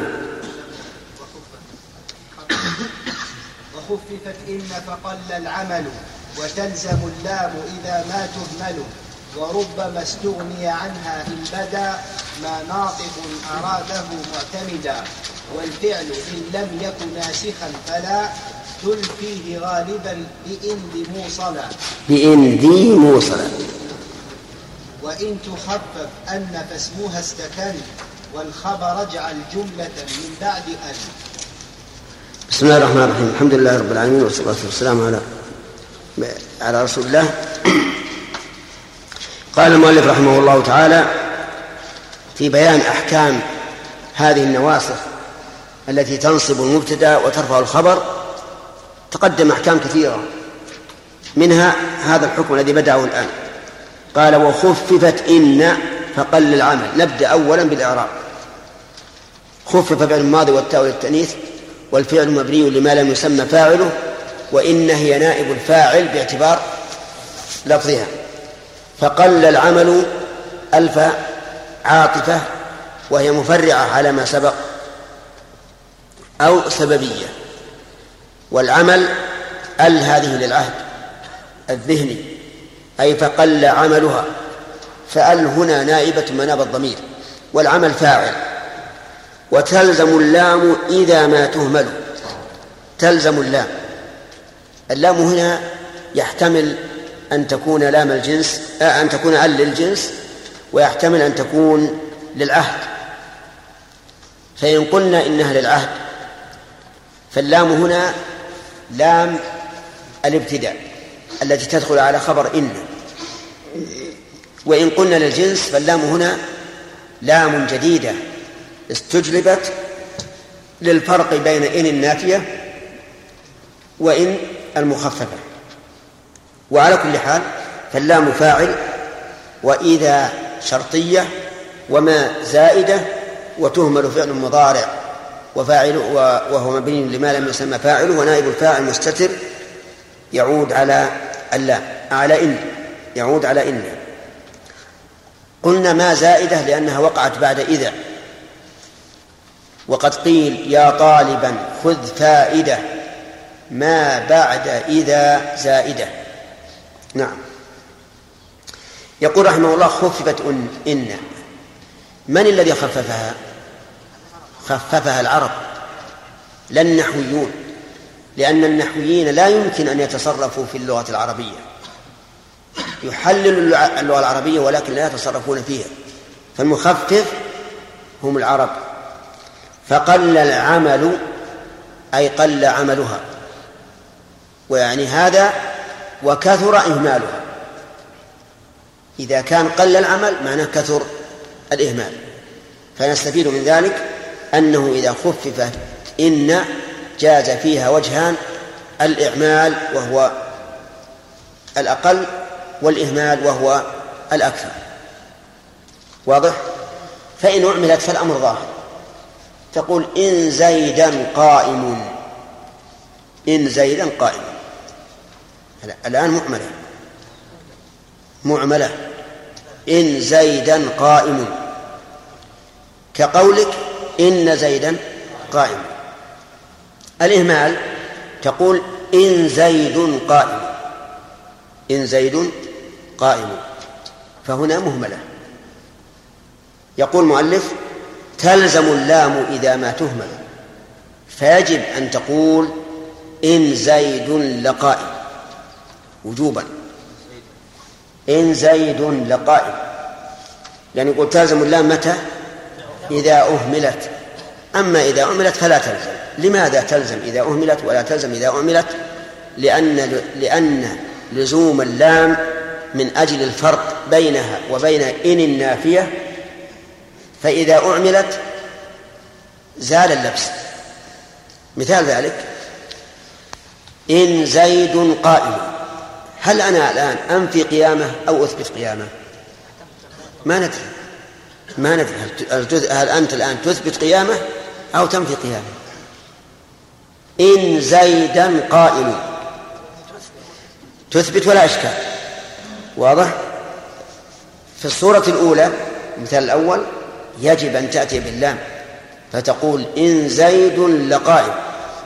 وخففت إن فقل العمل وتلزم اللام إذا ما تهمل وربما استغني عنها إن بدا ما ناطق أراده معتمدا والفعل إن لم يكن ناسخا فلا تلفيه غالبا بإن ذي موصلا بإن ذي موصلا وإن تخفف أن فاسمها استكن والخبر اجعل جملة من بعد أن. بسم الله الرحمن الرحيم. الحمد لله رب العالمين والصلاة والسلام على على رسول الله. قال المؤلف رحمه الله تعالى في بيان أحكام هذه النواسخ التي تنصب المبتدأ وترفع الخبر، تقدم أحكام كثيرة، منها هذا الحكم الذي بدأه الآن. قال وخففت إن فقل العمل. نبدأ أولا بالإعراب. خفف فعل الماضي والتاء للتأنيث والفعل مبني لما لم يسمى فاعله، وإن هي نائب الفاعل باعتبار لفظها. فقل العمل ألف عاطفة وهي مفرعة على ما سبق أو سببية، والعمل ال هذه للعهد الذهني أي فقل عملها، فال هنا نائبة مناب الضمير والعمل فاعل. وتلزم اللام إذا ما تهمل. تلزم اللام، اللام هنا يحتمل أن تكون لام الجنس آه أن تكون ال للجنس، ويحتمل أن تكون للعهد. فإن قلنا إنها للعهد فاللام هنا لام الابتداء التي تدخل على خبر إن، وإن قلنا للجنس فاللام هنا لام جديدة استجلبت للفرق بين إن النافية وإن المخففة. وعلى كل حال فاللام فاعل، وإذا شرطية، وما زائدة، وتهمل فعل مضارع وفاعل وهو مبني لما لم يسمى فاعله، ونائب الفاعل مستتر يعود على اللام على إن يعود على إن. قلنا ما زائدة لأنها وقعت بعد إذا، وقد قيل يا طالبا خذ فائدة ما بعد إذا زائدة. نعم. يقول رحمه الله خففت إن، من الذي خففها؟ خففها العرب لا النحويون، لأن النحويين لا يمكن أن يتصرفوا في اللغة العربية، يحللوا اللغة العربية ولكن لا يتصرفون فيها، فالمخفف هم العرب. فقل العمل أي قل عملها، ويعني هذا وكثر إهمالها. إذا كان قل العمل معناه كثر الإهمال. فنستفيد من ذلك أنه إذا خففت إن جاز فيها وجهان: الإعمال وهو الأقل، والإهمال وهو الأكثر. واضح؟ فإن أعملت فالأمر ظاهر. تقول إن زيدا قائم، إن زيدا قائم، الآن معملة معملة إن زيدا قائم، كقولك إن زيدا قائم. الإهمال تقول إن زيد قائم، إن زيد قائم، فهنا مهملة. يقول المؤلف تلزم اللام إذا ما تهمل، فيجب أن تقول إن زيد لقائم وجوبا، إن زيد لقائم، يعني يقول تلزم اللام متى؟ إذا أهملت. أما إذا أهملت فلا تلزم. لماذا تلزم إذا أهملت ولا تلزم إذا أهملت؟ لأن لأن لزوم اللام من أجل الفرق بينها وبين إن النافية، فإذا أعملت زال اللبس. مثال ذلك إن زيد قائم، هل أنا الآن أنفي قيامه أو أثبت قيامه؟ ما ندري ما ندري هل أنت الآن تثبت قيامه أو تنفي قيامه. إن زيدا قائم تثبت ولا إشكال. واضح؟ في الصورة الأولى مثال الأول يجب أن تأتي باللام فتقول إن زيد لقائم،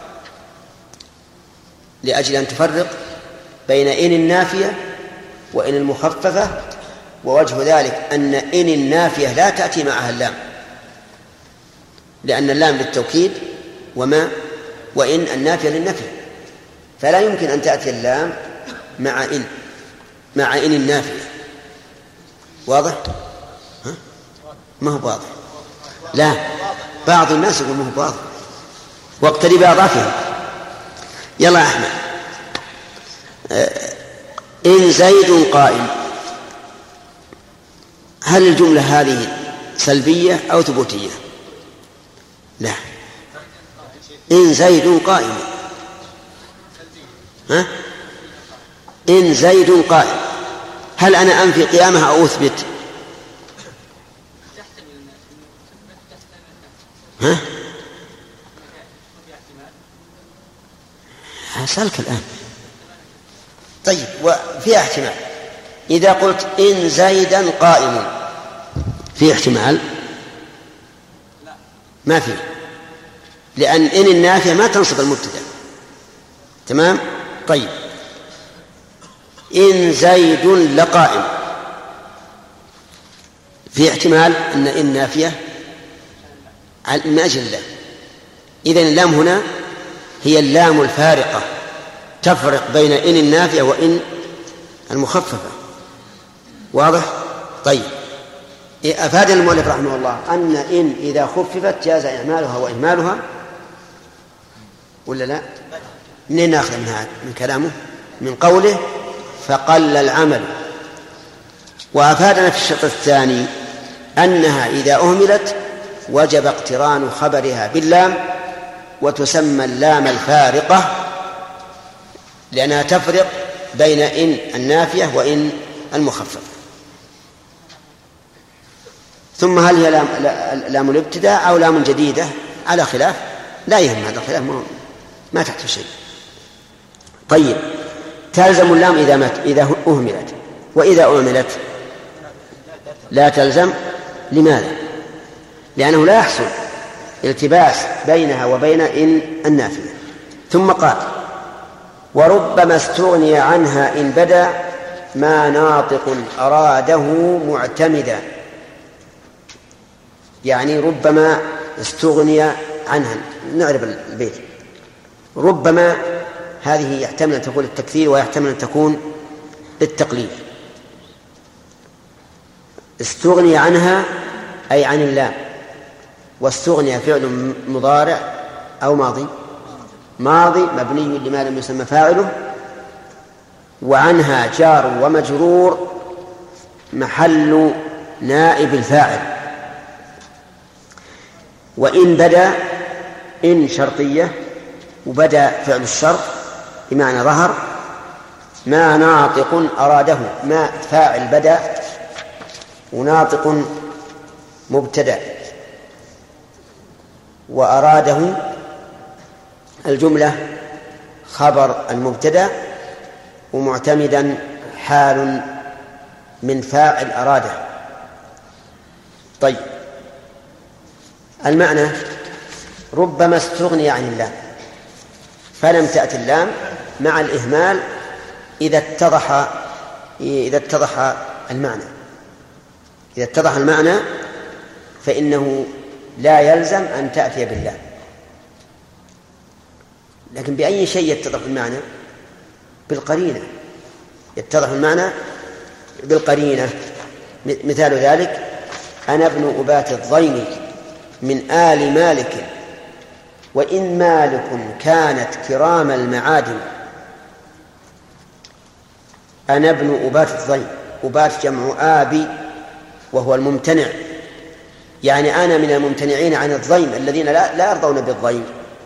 لأجل أن تفرق بين إن النافية وإن المخففة. ووجه ذلك أن إن النافية لا تأتي معها اللام، لأن اللام للتوكيد وما وإن النافية للنفي، فلا يمكن أن تأتي اللام مع إن مع إن النافية. واضح؟ ها؟ ما هو واضح؟ لا، بعض الناس يقول ما هو واضح، واقترب أضافهم. يلا يا أحمد. إن زيد قائم، هل الجملة هذه سلبية أو ثبوتية؟ لا، إن زيد قائم. ها؟ إن زيد قائم، هل أنا أنفي قيامها أو أثبت؟ ها؟ أسألك الآن. طيب، وفي احتمال إذا قلت إن زيدا قائم، في احتمال؟ ما في، لأن إن النافية ما تنصب المبتدأ. تمام؟ طيب، إن زيد لقائم، في احتمال أن إن نافية من أجل الله. إذن اللام هنا هي اللام الفارقة تفرق بين إن النافية وإن المخففة. واضح؟ طيب، أفاد المؤلف رحمه الله أن إن إذا خففت جاز إعمالها وإهمالها، ولا لا؟ منين نأخذ منها من كلامه؟ من قوله فقل العمل. وأفادنا في الشق الثاني أنها إذا أهملت وجب اقتران خبرها باللام، وتسمى اللام الفارقة لأنها تفرق بين إن النافية وإن المخففة. ثم هل هي لام, لام الابتداء أو لام جديدة على خلاف لا يهم هذا الخلاف، ما تحت شيء. طيب، تلزم اللام إذا مت إذا أهملت، وإذا أهملت لا تلزم. لماذا؟ لأنه لا يحصل التباس بينها وبين إن النافية. ثم قال: وربما استغني عنها إن بدا ما ناطق أراده معتمدا. يعني ربما استغني عنها. نعرف البيت. ربما هذه يحتمل أن تكون للتكثير ويحتمل أن تكون للتقليل. استغني عنها أي عن اللام، واستغني فعل مضارع أو ماضي ماضي مبني لما لم يسمى فاعله، وعنها جار ومجرور محل نائب الفاعل. وإن بدا إن شرطية، وبدا فعل الشرط بمعنى ظهر. ما ناطق أراده، ما فاعل بدا، وناطق مبتدأ، وأراده الجملة خبر المبتدأ، ومعتمدا حال من فاعل أراده. طيب، المعنى: ربما استغني عن اللام، فلم تأتي اللام مع الإهمال إذا اتضح إذا اتضح المعنى. إذا اتضح المعنى فإنه لا يلزم أن تأتي باللام. لكن بأي شيء يتضح المعنى؟ بالقرينة. يتضح المعنى بالقرينة. مثال ذلك: أنا ابن أبات الضيم من آل مالك، وإن مالك كانت كرام المعادن. أنا ابن أبات الضيم، أبات جمع آبي وهو الممتنع، يعني أنا من الممتنعين عن الضيم الذين لا, لا يرضون بالضيم.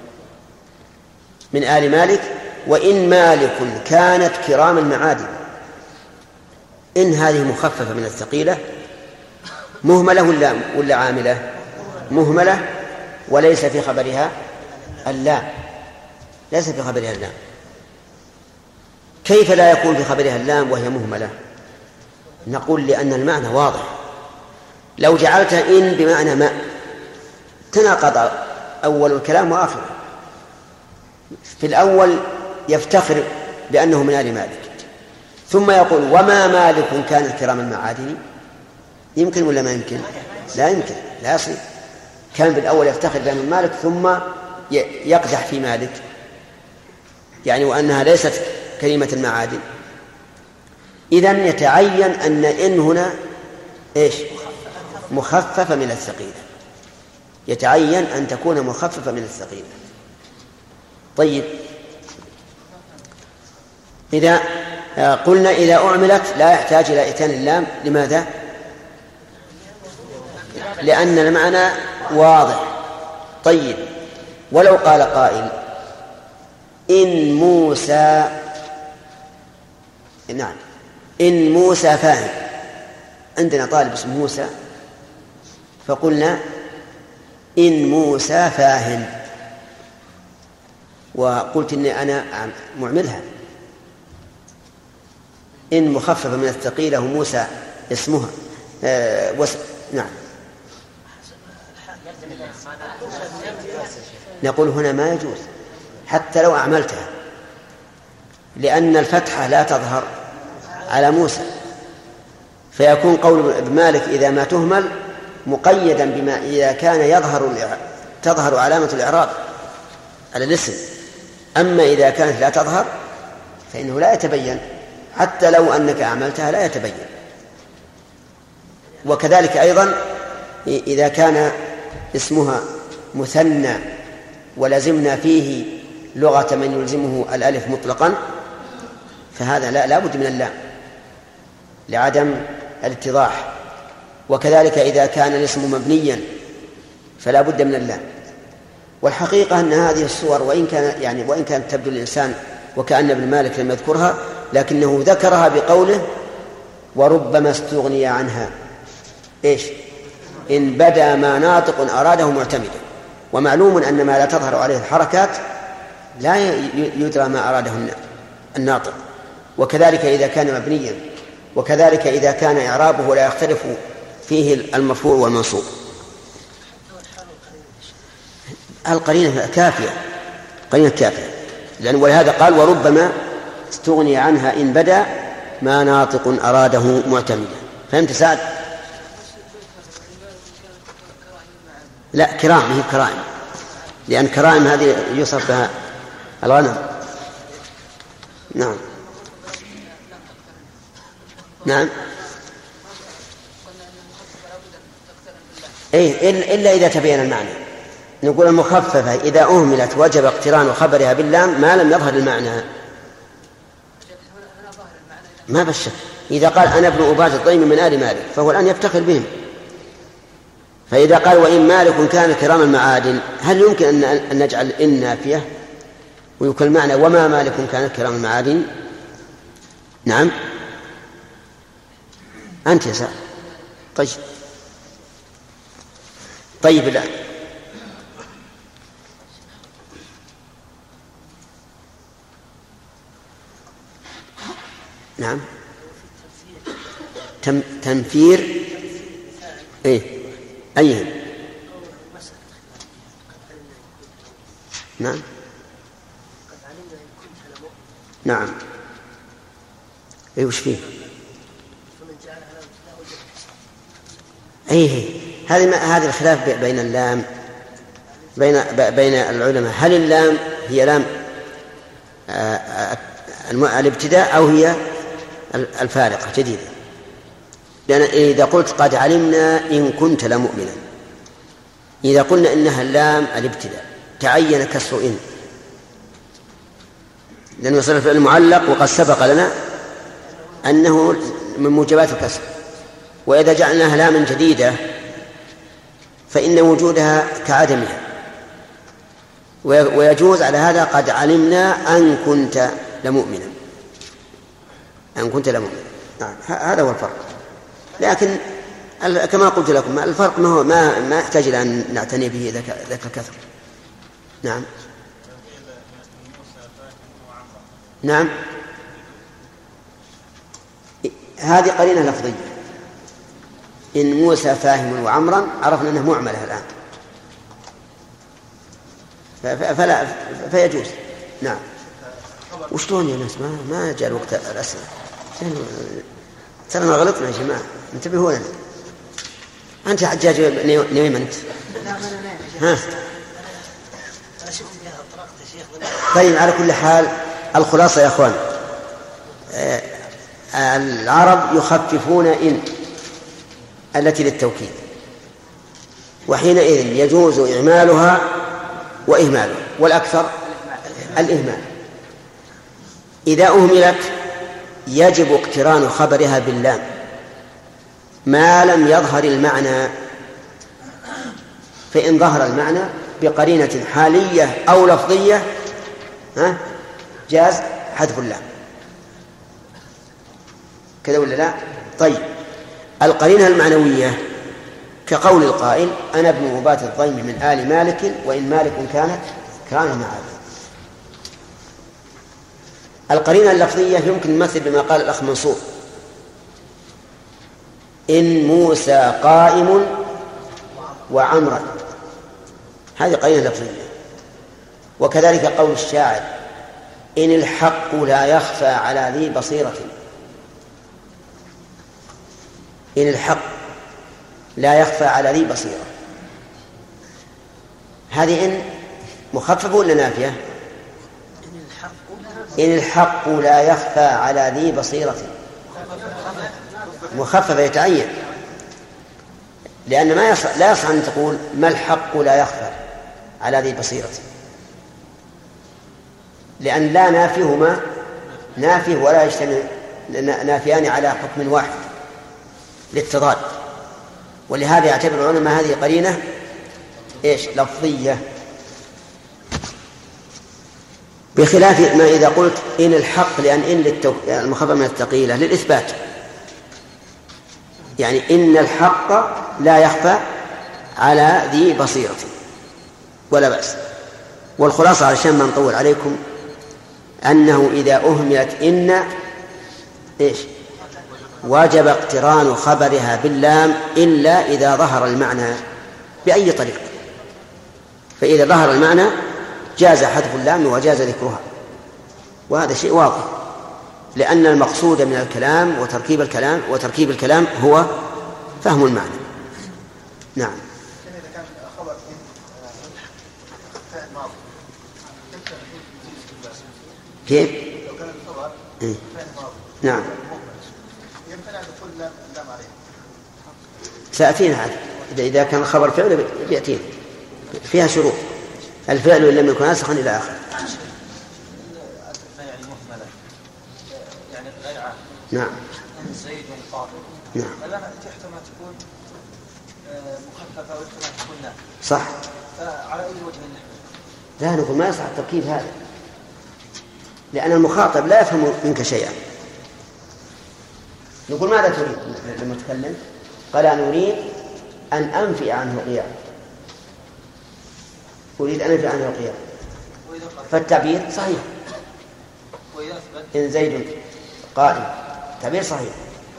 من آل مالك، وإن مالك كانت كرام المعادن. إن هذه مخففة من الثقيلة، مهملة ولا, ولا عاملة؟ مهملة، وليس في خبرها اللام. ليس في خبرها اللام. كيف لا يكون في خبرها اللام وهي مهملة؟ نقول: لأن المعنى واضح. لو جعلت إن بمعنى ما تناقض أول الكلام وآخره. في الأول يفتخر بأنه من آل مالك، ثم يقول: وما مالك كانت كرام المعادن. يمكن ولا ما يمكن؟ لا يمكن، لا يصير. كان بالأول يفتخر بأنه مالك، ثم يقدح في مالك، يعني وأنها ليست كريمة المعادن. إذن يتعين أن إن هنا إيش؟ مخففة من الثقيلة. يتعين أن تكون مخففة من الثقيلة. طيب، إذا قلنا إذا أعملت لا يحتاج إلى إتيان اللام. لماذا؟ لأن المعنى واضح. طيب، ولو قال قائل: إن موسى، نعم، إن موسى فاهم. عندنا طالب اسمه موسى، فقلنا: إن موسى فاهم، وقلت إني أنا معملها. إن مخففة من الثقيلة، وموسى اسمها. آه وس... نعم. نقول هنا ما يجوز حتى لو أعملتها، لأن الفتحة لا تظهر على موسى، فيكون قول ابن مالك إذا ما تهمل مقيدا بما إذا كان يظهر تظهر علامة الإعراب على الاسم. أما إذا كانت لا تظهر فإنه لا يتبين، حتى لو أنك أعملتها لا يتبين. وكذلك أيضا إذا كان اسمها مثنى ولزمنا فيه لغة من يلزمه الألف مطلقا، فهذا لا, لا بد من اللام لعدم الاتضاح. وكذلك إذا كان الاسم مبنيا فلا بد من اللام. والحقيقة أن هذه الصور وإن كان يعني وإن كانت تبدو الإنسان وكأن ابن مالك لم يذكرها، لكنه ذكرها بقوله: وربما استغني عنها إيش؟ إن بدا ما ناطق أراده معتمدا. ومعلوم أن ما لا تظهر عليه الحركات لا يدرى ما أراده الناطق، وكذلك إذا كان مبنيا، وكذلك إذا كان إعرابه لا يختلف فيه المرفوع والمنصوب. القرينة كافية، قرينة كافية، لأن ولهذا قال وربما استغني عنها إن بدا ما ناطق أراده معتمدا. فهمت سعد؟ لا، كرام هي كرائم، لأن كرائم هذه يصف بها الغنم. نعم نعم إيه إلا إذا تبين المعنى. نقول المخففة إذا أهملت وجب اقتران خبرها باللام ما لم يظهر المعنى. ما بالشك إذا قال أنا ابن أباد الضيم من آل مالك فهو الآن يفتخر بهم. فإذا قال وإن مالك كان كرام المعادن هل يمكن أن نجعل إن نافية ويكون المعنى وما مالك كان كرام المعادن؟ نعم أنت يا سعد. طيب طيب الآن نعم تم تنفير ايه ايهم نعم نعم ايه وش فيه ايه هذه هذا الخلاف بين اللام بين بين العلماء، هل اللام هي لام الابتداء أو هي الفارقة جديدة؟ لأن إذا قلت قد علمنا إن كنت لمؤمنا، إذا قلنا إنها اللام الابتداء تعين كسر إن، لأنه يصير الفعل المعلق وقد سبق لنا أنه من موجبات الكسر. وإذا جعلناها لاما جديدة فإن وجودها كعدمها، ويجوز على هذا قد علمنا أن كنت لمؤمنا، أن كنت لمؤمنا. نعم هذا هو الفرق. لكن كما قلت لكم الفرق ما هو ما ما يحتاج إلى أن نعتني به ذاك الكثر. نعم نعم هذه قرينة لفظية. إن موسى فاهم وعمرا عرفنا أنه معملة الآن فلا فيجوز. نعم وشلون يا ناس ما ما جاء الوقت الأسئلة ترى ما غلطنا يا جماعة انتبهوا لنا. أنت حجاج نويم أنت ها طيب على كل حال الخلاصة يا أخوان العرب يخففون إن التي للتوكيد، وحينئذ يجوز إعمالها وإهمالها، والأكثر الإهمال. إذا أهملت يجب اقتران خبرها باللام ما لم يظهر المعنى، فإن ظهر المعنى بقرينة حالية أو لفظية ها جاز حذف اللام كذا ولا لا؟ طيب القرينة المعنوية كقول القائل أنا ابن أبات الضيم من آل مالك وإن مالك كانت كان معاذ. القرينة اللفظية يمكن نمثل بما قال الأخ منصور إن موسى قائم وعمرا، هذه قرينة لفظية. وكذلك قول الشاعر إن الحق لا يخفى على ذي بصيرة، إن الحق لا يخفى على ذي بصيرة، هذه إن مخففة ولا نافية؟ إن الحق لا يخفى على ذي بصيرة مخففة يتعين، لأن ما يصح لا يصح أن تقول ما الحق لا يخفى على ذي بصيرة، لأن لا نافيهما نافيه ولا يجتمع نافيان على حكم واحد للتضاد. ولهذا يعتبر العلماء هذه قرينة إيش لفظية، بخلاف ما إذا قلت إن الحق، لأن إن للتو... المخففة من الثقيلة للإثبات، يعني إن الحق لا يخفى على ذي بصيرة. ولا بأس. والخلاصة علشان ما نطول عليكم أنه إذا أهملت إن إيش وجب اقتران خبرها باللام إلا إذا ظهر المعنى بأي طريق، فإذا ظهر المعنى جاز حذف اللام وجاز ذكرها، وهذا شيء واضح، لأن المقصود من الكلام وتركيب الكلام وتركيب الكلام هو فهم المعنى. نعم. كيف؟ لو كان الخبر إيه؟ فعل ماضي نعم يمتنع دخول اللام عليه. سأتينا هذا إذا إذا كان الخبر فعل بيأتينا فيها شروط، الفعل إن لم يكن ناسخا إلى آخر. يعني مهملة يعني غير عام. نعم. زيد قائم. نعم. الآن احتمال تكون مخففة واحتمال تكون نافذة. صح. فعلى أي وجه نحن؟ لا نقول ما يصح التركيب هذا، لأن المخاطب لا يفهم منك شيئا. نقول ماذا تريد المتكلم؟ قال أنا أريد أن أنفي عنه القيام، أريد أن أنفي عنه القيام، فالتعبير صحيح. إن زيد قائم تعبير صحيح،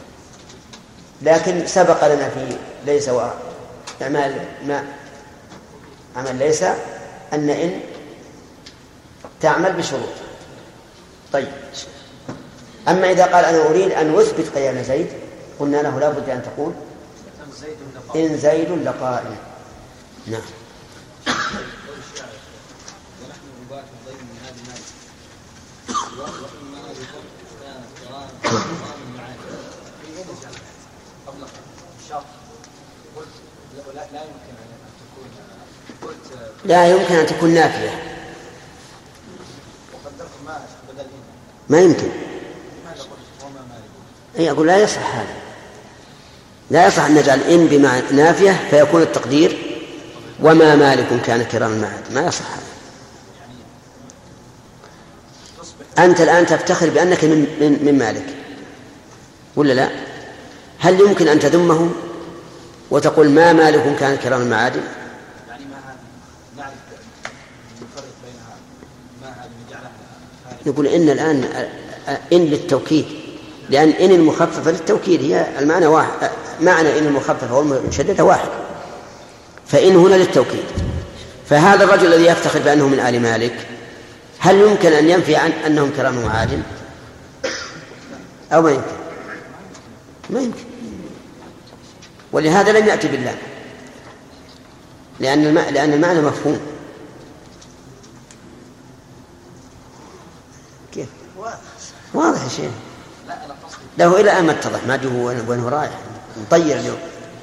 لكن سبق لنا في ليس وأعمال ما عمل ليس أن إن تعمل بشروط. طيب، أما إذا قال أنا أريد أن أثبت قيام زيد قلنا له لا بد أن تقول إن زيد لقائم. نعم. لا يمكن أن تكون نافية، ما يمكن. أي أقول لا يصح هذا، لا يصح أن نجعل إن بمعنى نافية فيكون التقدير وما مالك كان كرام المعاد، ما يصح هذا. أنت الآن تفتخر بأنك من, من, من مالك ولا لا؟ هل يمكن أن تذمه وتقول ما مالك كان كرام المعاد؟ يعني ما نعرف نفرق بينها ما هذه نجعلها. نقول إن الآن إن للتوكيد، لأن إن المخففة للتوكيد هي المعنى واحد، معنى إن المخففة والمشددة واحد، فإن هنا للتوكيد. فهذا الرجل الذي يفتخر بأنه من آل مالك هل يمكن أن ينفي عن أنهم كرام معادن أو ما يمكن؟ ما يمكن. ولهذا لم يأتي بالله، لأن لأن المعنى مفهوم. كيف؟ واضح يا شيخ. له إلى أن اتضح ما هو وين هو رايح مطير اليوم.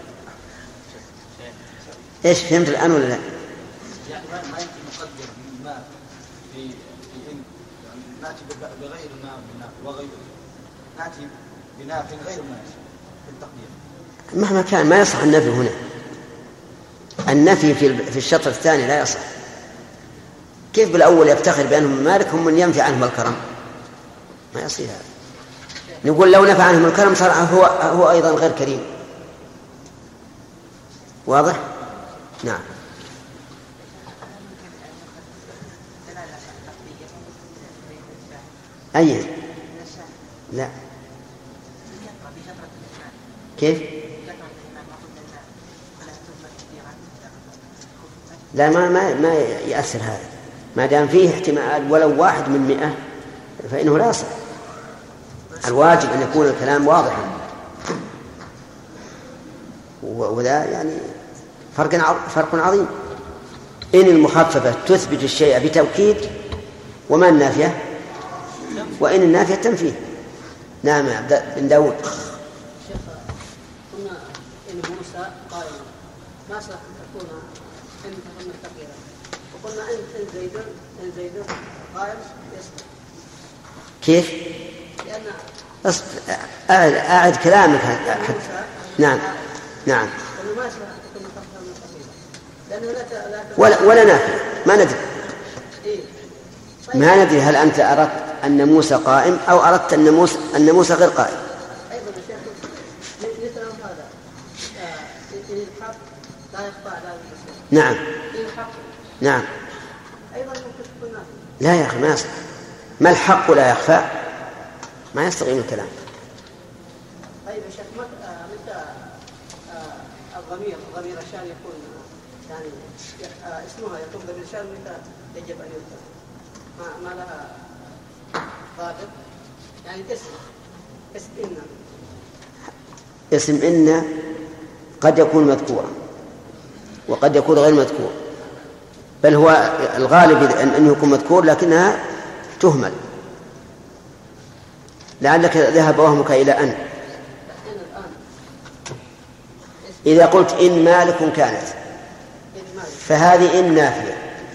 إيش فهمت الآن ولا لا؟ يعني ما يمكن نقدر ما في في إن نأتي بغير ما وغير نأتي بناف غير ما في التقدير. مهما كان ما يصح النفي هنا. النفي في في الشطر الثاني لا يصح. كيف بالأول يفتخر بأنهم مالك هم من ينفي عنهم الكرم؟ ما يصير هذا. نقول لو نفى عنهم الكرم صار هو هو أيضا غير كريم. واضح؟ نعم. أي لا كيف؟ لا ما ما ما يأثر هذا، ما دام فيه احتمال ولو واحد من مئة فإنه لا يصح. الواجب أن يكون الكلام واضحا، وذا يعني فرق فرق عظيم. إن المخففة تثبت الشيء بتوكيد وما النافية، وإن النافية تنفيه. نعم يا عبد بن داود. شيخ قلنا إن موسى قائم ما صح تكون إن تكون مستقيرا، وقلنا إن زيد إن زيد قائم يسقط. كيف؟ لأن أصبر أعد, أعد كلامك حتى. نعم نعم. ما صح تكون مستقيرا لأنه لا ولا ولا نافع ما ندري. ما ندري هل أنت أردت أن موسى قائم أو أردت أن موسى أن موسى غير قائم. أيضا يا شيخ مثل هذا إن الحق لا يخفى على المسلم. نعم. إن الحق نعم. أيضا ممكن تكون نافية. لا يا أخي ما يصح. ما الحق لا يخفى، ما يستقيم الكلام. طيب يا شيخ متى الضمير ضمير الشان يكون يعني اسمها يكون ضمير الشان متى يجب أن يذكر؟ ما ما لها ضابط يعني اسم اسم إن اسم إن قد يكون مذكورا وقد يكون غير مذكور، بل هو الغالب أنه يكون مذكور لكنها تهمل، لعلك ذهب وهمك إلى أن. إذا قلت إن مالك كانت فهذه إن نافية،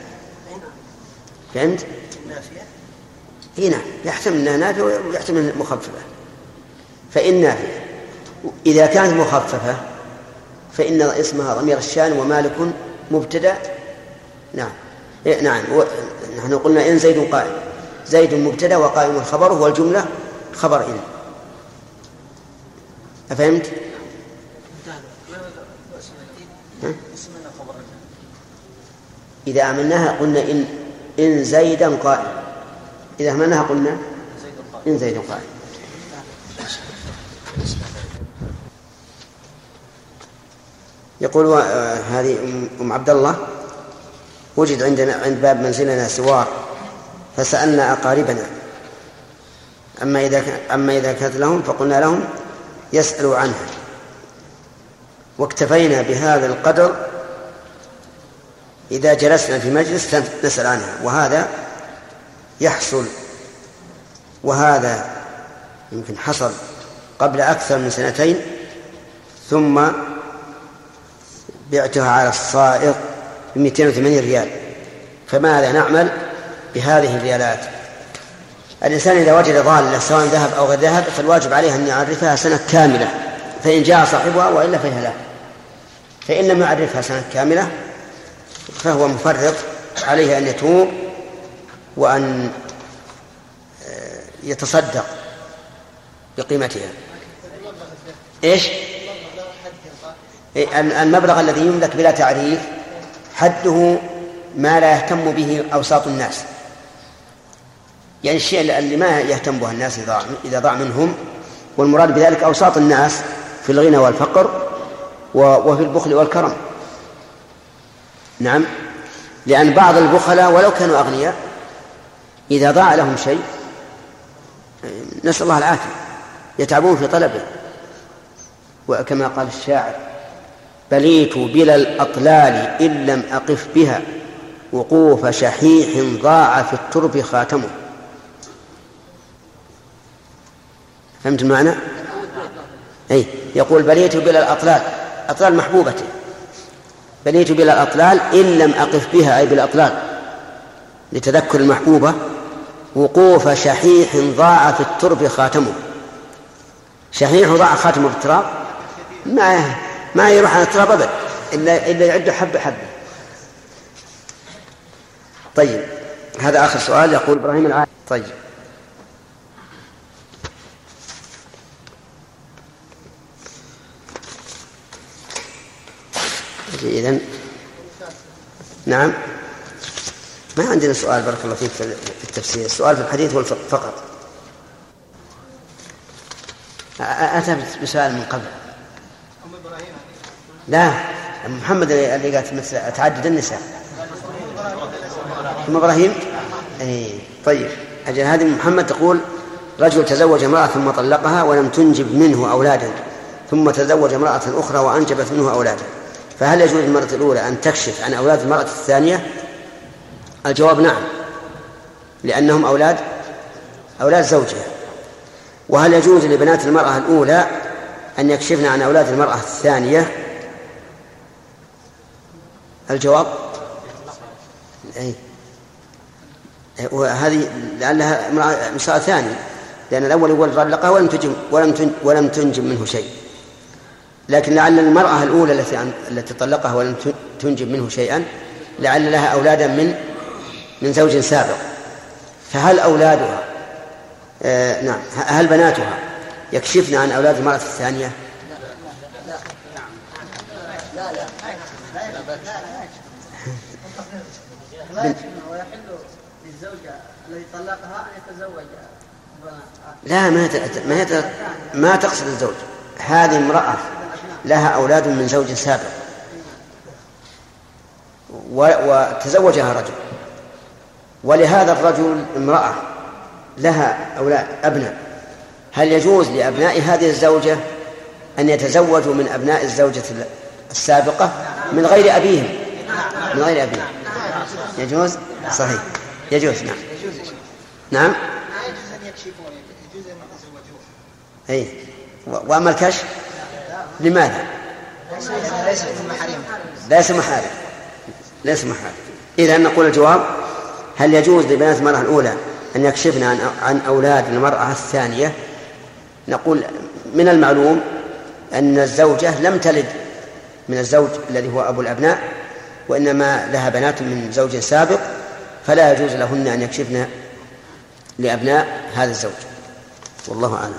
فهمت؟ هنا يحتمل أنها نافية ويحتمل مخففة، فإن نافية إذا كانت مخففة فإن اسمها ضمير الشان ومالك مبتدأ. نعم إيه نعم نحن قلنا إن زيد قائم، زيد مبتدأ وقائم الخبر والجملة خبر إن. أفهمت؟ إذا عملناها قلنا إن إن زيدا قائم، إذا عملناها قلنا إن زيد قائم. يقول هذه أم عبد الله: وجد عندنا عند باب منزلنا سوار فسألنا أقاربنا أما إذا أما إذا كانت لهم فقلنا لهم يسألوا عنها، واكتفينا بهذا القدر إذا جلسنا في مجلس نسأل عنها، وهذا يحصل، وهذا يمكن حصل قبل أكثر من سنتين، ثم بعتها على الصائغ بمئتين وثمانين ريال. فماذا نعمل بهذه الريالات؟ الإنسان إذا وجد ضالة سواء ذهب أو غير ذهب فالواجب عليه أن يعرفها سنة كاملة، فإن جاء صاحبها وإلا فهي له. فإن لم يعرفها سنة كاملة فهو مفرط، عليه أن يتوب وأن يتصدق بقيمتها. إيش؟ المبلغ الذي يملك بلا تعريف حده ما لا يهتم به أوساط الناس، يعني الشيء اللي ما يهتم به الناس إذا ضاع منهم، والمراد بذلك أوساط الناس في الغنى والفقر وفي البخل والكرم. نعم، لأن بعض البخلاء ولو كانوا أغنياء إذا ضاع لهم شيء نسأل الله العافية يتعبون في طلبه، وكما قال الشاعر: بليت بلا الأطلال إن لم أقف بها وقوف شحيح ضاع في الترب خاتمه. فهمت المعنى؟ أي يقول: بليت بلا الأطلال، أطلال محبوبته، بليت بلا الأطلال إن لم أقف بها، أي بالأطلال لتذكر المحبوبة، وقوف شحيح ضاع في الترب خاتمه. شحيح ضاع خاتمه في التراب ما ما يروح على التراب أبدا إلا إلا يعد حبة حبة. طيب، هذا آخر سؤال. يقول إبراهيم العالم: طيب إذن نعم، ما عندنا سؤال بارك الله فيك في التفسير، السؤال في الحديث والفقه فقط. أتى بسؤال من قبل. لا، محمد اللي قالت مثل تعدد النساء. ثم إبراهيم. أي طيب، أجل هذه محمد تقول: رجل تزوج امرأة ثم طلقها ولم تنجب منه أولادا، ثم تزوج امرأة أخرى وأنجبت منه أولادا، فهل يجوز المرأة الأولى أن تكشف عن أولاد المرأة الثانية؟ الجواب: نعم، لأنهم أولاد أولاد زوجها. وهل يجوز لبنات المرأة الأولى أن يكشفن عن أولاد المرأة الثانية؟ الجواب: أي وهذه لعلها مسألة ثانية، لأن الأول يقول طلقها ولم تنجب ولم ولم تنجب منه شيء، لكن لعل المرأة الأولى التي التي طلقها ولم تنجب منه شيئا لعل لها أولادا من من زوج سابق، فهل أولادها آه نعم هل بناتها يكشفن عن أولاد المرأة الثانية؟ بن... ويحل للزوجة الذي طلقها أن يتزوج. لا ما ت... ما, يت... ما تقصد الزوج. هذه امرأة لها أولاد من زوج سابق و... وتزوجها رجل، ولهذا الرجل امرأة لها أولاد أبناء. هل يجوز لأبناء هذه الزوجة أن يتزوجوا من أبناء الزوجة السابقة من غير أبيهم؟ من غير أبيهم يجوز؟ صحيح يجوز. نعم نعم أي. وأما الكشف لماذا؟ ليس محارم ليس محارم. إذا نقول الجواب: هل يجوز لبنات المرأة الأولى أن يكشفن عن أولاد المرأة الثانية؟ نقول من المعلوم أن الزوجة لم تلد من الزوج الذي هو أبو الأبناء، وإنما لها بنات من زوج سابق، فلا يجوز لهن أن يكشفن لأبناء هذا الزوج، والله أعلم.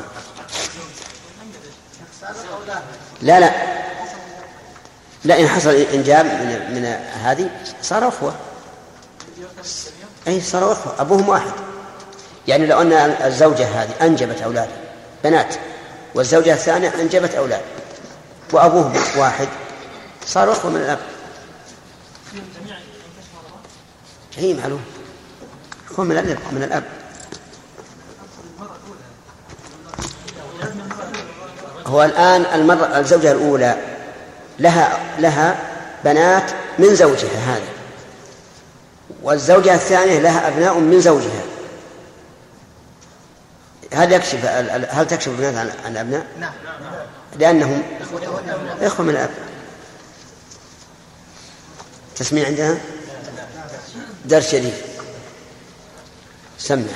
لا لا لا إن حصل إنجاب من, من هذه صار أخوة. أي صار أخوة، أبوهم واحد. يعني لو أن الزوجة هذه أنجبت أولاد بنات والزوجة الثانية أنجبت أولاد وأبوهم واحد، صار أخوة من الأب. هي معلوم أخوة من الأب من الأب. هو الآن المرأة الزوجة الأولى لها لها بنات من زوجها هذا، والزوجة الثانية لها أبناء من زوجها. هل يكشف هل تكشف البنات عن عن الأبناء؟ نعم، لأنهم إخوة من الأب. تسميع عندها درس شديد. سمع.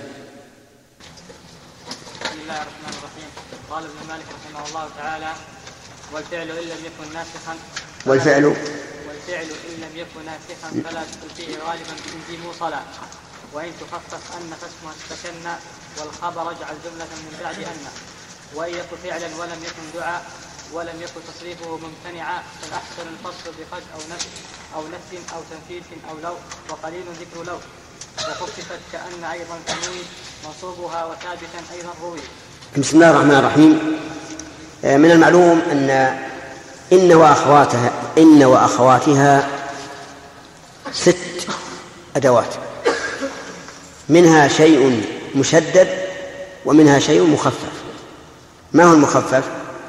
بسم الله الرحمن الرحيم. قال ابن مالك رحمه الله تعالى: والفعل إن لم يكن ناسخا والفعل والفعل إن لم يكن ناسخا فلا تدخل فيه غالبا بإن موصلا، وإن تخفف أن فاسمها استكن والخبر اجعل جملة من بعد أن، وإن يكن فعلا ولم يكن دعاء ولم يكن تصريفه ممتنعا فالأحسن الفصل بقد أو نفس أو نفس أو تنفيذ أو لو، وقليل ذكر لو، وخففت كأن أيضا تنوين منصوبها وثابتا أيضا روي. بسم الله الرحمن الرحيم. من المعلوم أن إن وأخواتها إن وأخواتها ست أدوات، منها شيء مشدد ومنها شيء مخفف. ما هو المخفف؟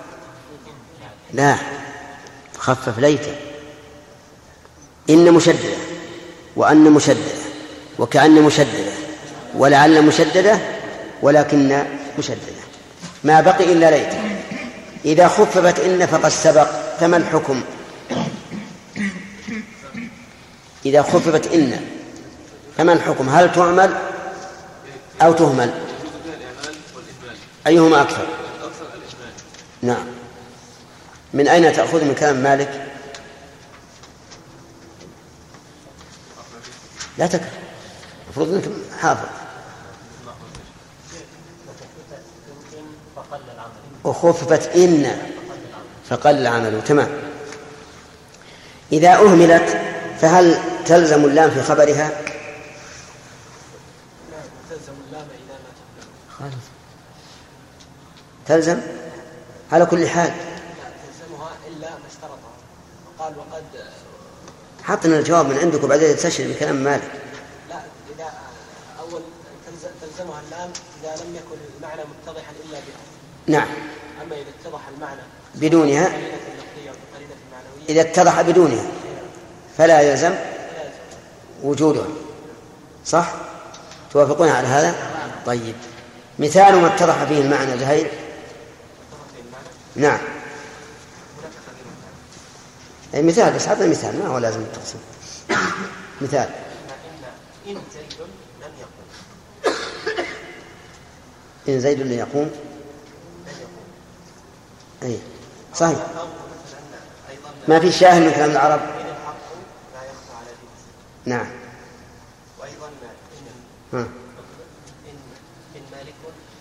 لا خفف ليت. إن مشددة وأن مشددة وكأن مشددة ولعل مشددة ولكن مشددة، ما بقي إلا ليت. إذا خففت إن فقد سبق، فما الحكم؟ إذا خففت إن فما الحكم؟ هل تعمل أو تهمل؟ أيهما أكثر؟ نعم. من أين تأخذ من كلام مالك؟ لا تكره، المفروض أنك حافظ. وخففت إن فقل عمله. تمام. إذا أهملت فهل تلزم اللام في خبرها؟ تلزم اللام إذا ما تهمل. تلزم على كل حال. تلزمها إلا ما اشترطها. وقال وقد حطنا الجواب من عندك وبعدين تستشهد بكلام مالك. لا، إذا أول تلزمها اللام إذا لم يكن المعنى متضحا إلا بها. نعم. أما إذا اتضح المعنى بدونها، إذا اتضح بدونها فلا يلزم وجودها. صح؟ توافقون على هذا؟ طيب. مثال ما اتضح فيه المعنى زهير. نعم. أي مثال، بس عطنا مثال، ما هو لازم التقسيم. مثال. إن زيد لم يقوم. إن زيد لم يقوم. أي صحيح. ما في شاهد من كلام العرب. نعم. وأيضا ها. إن إن مالك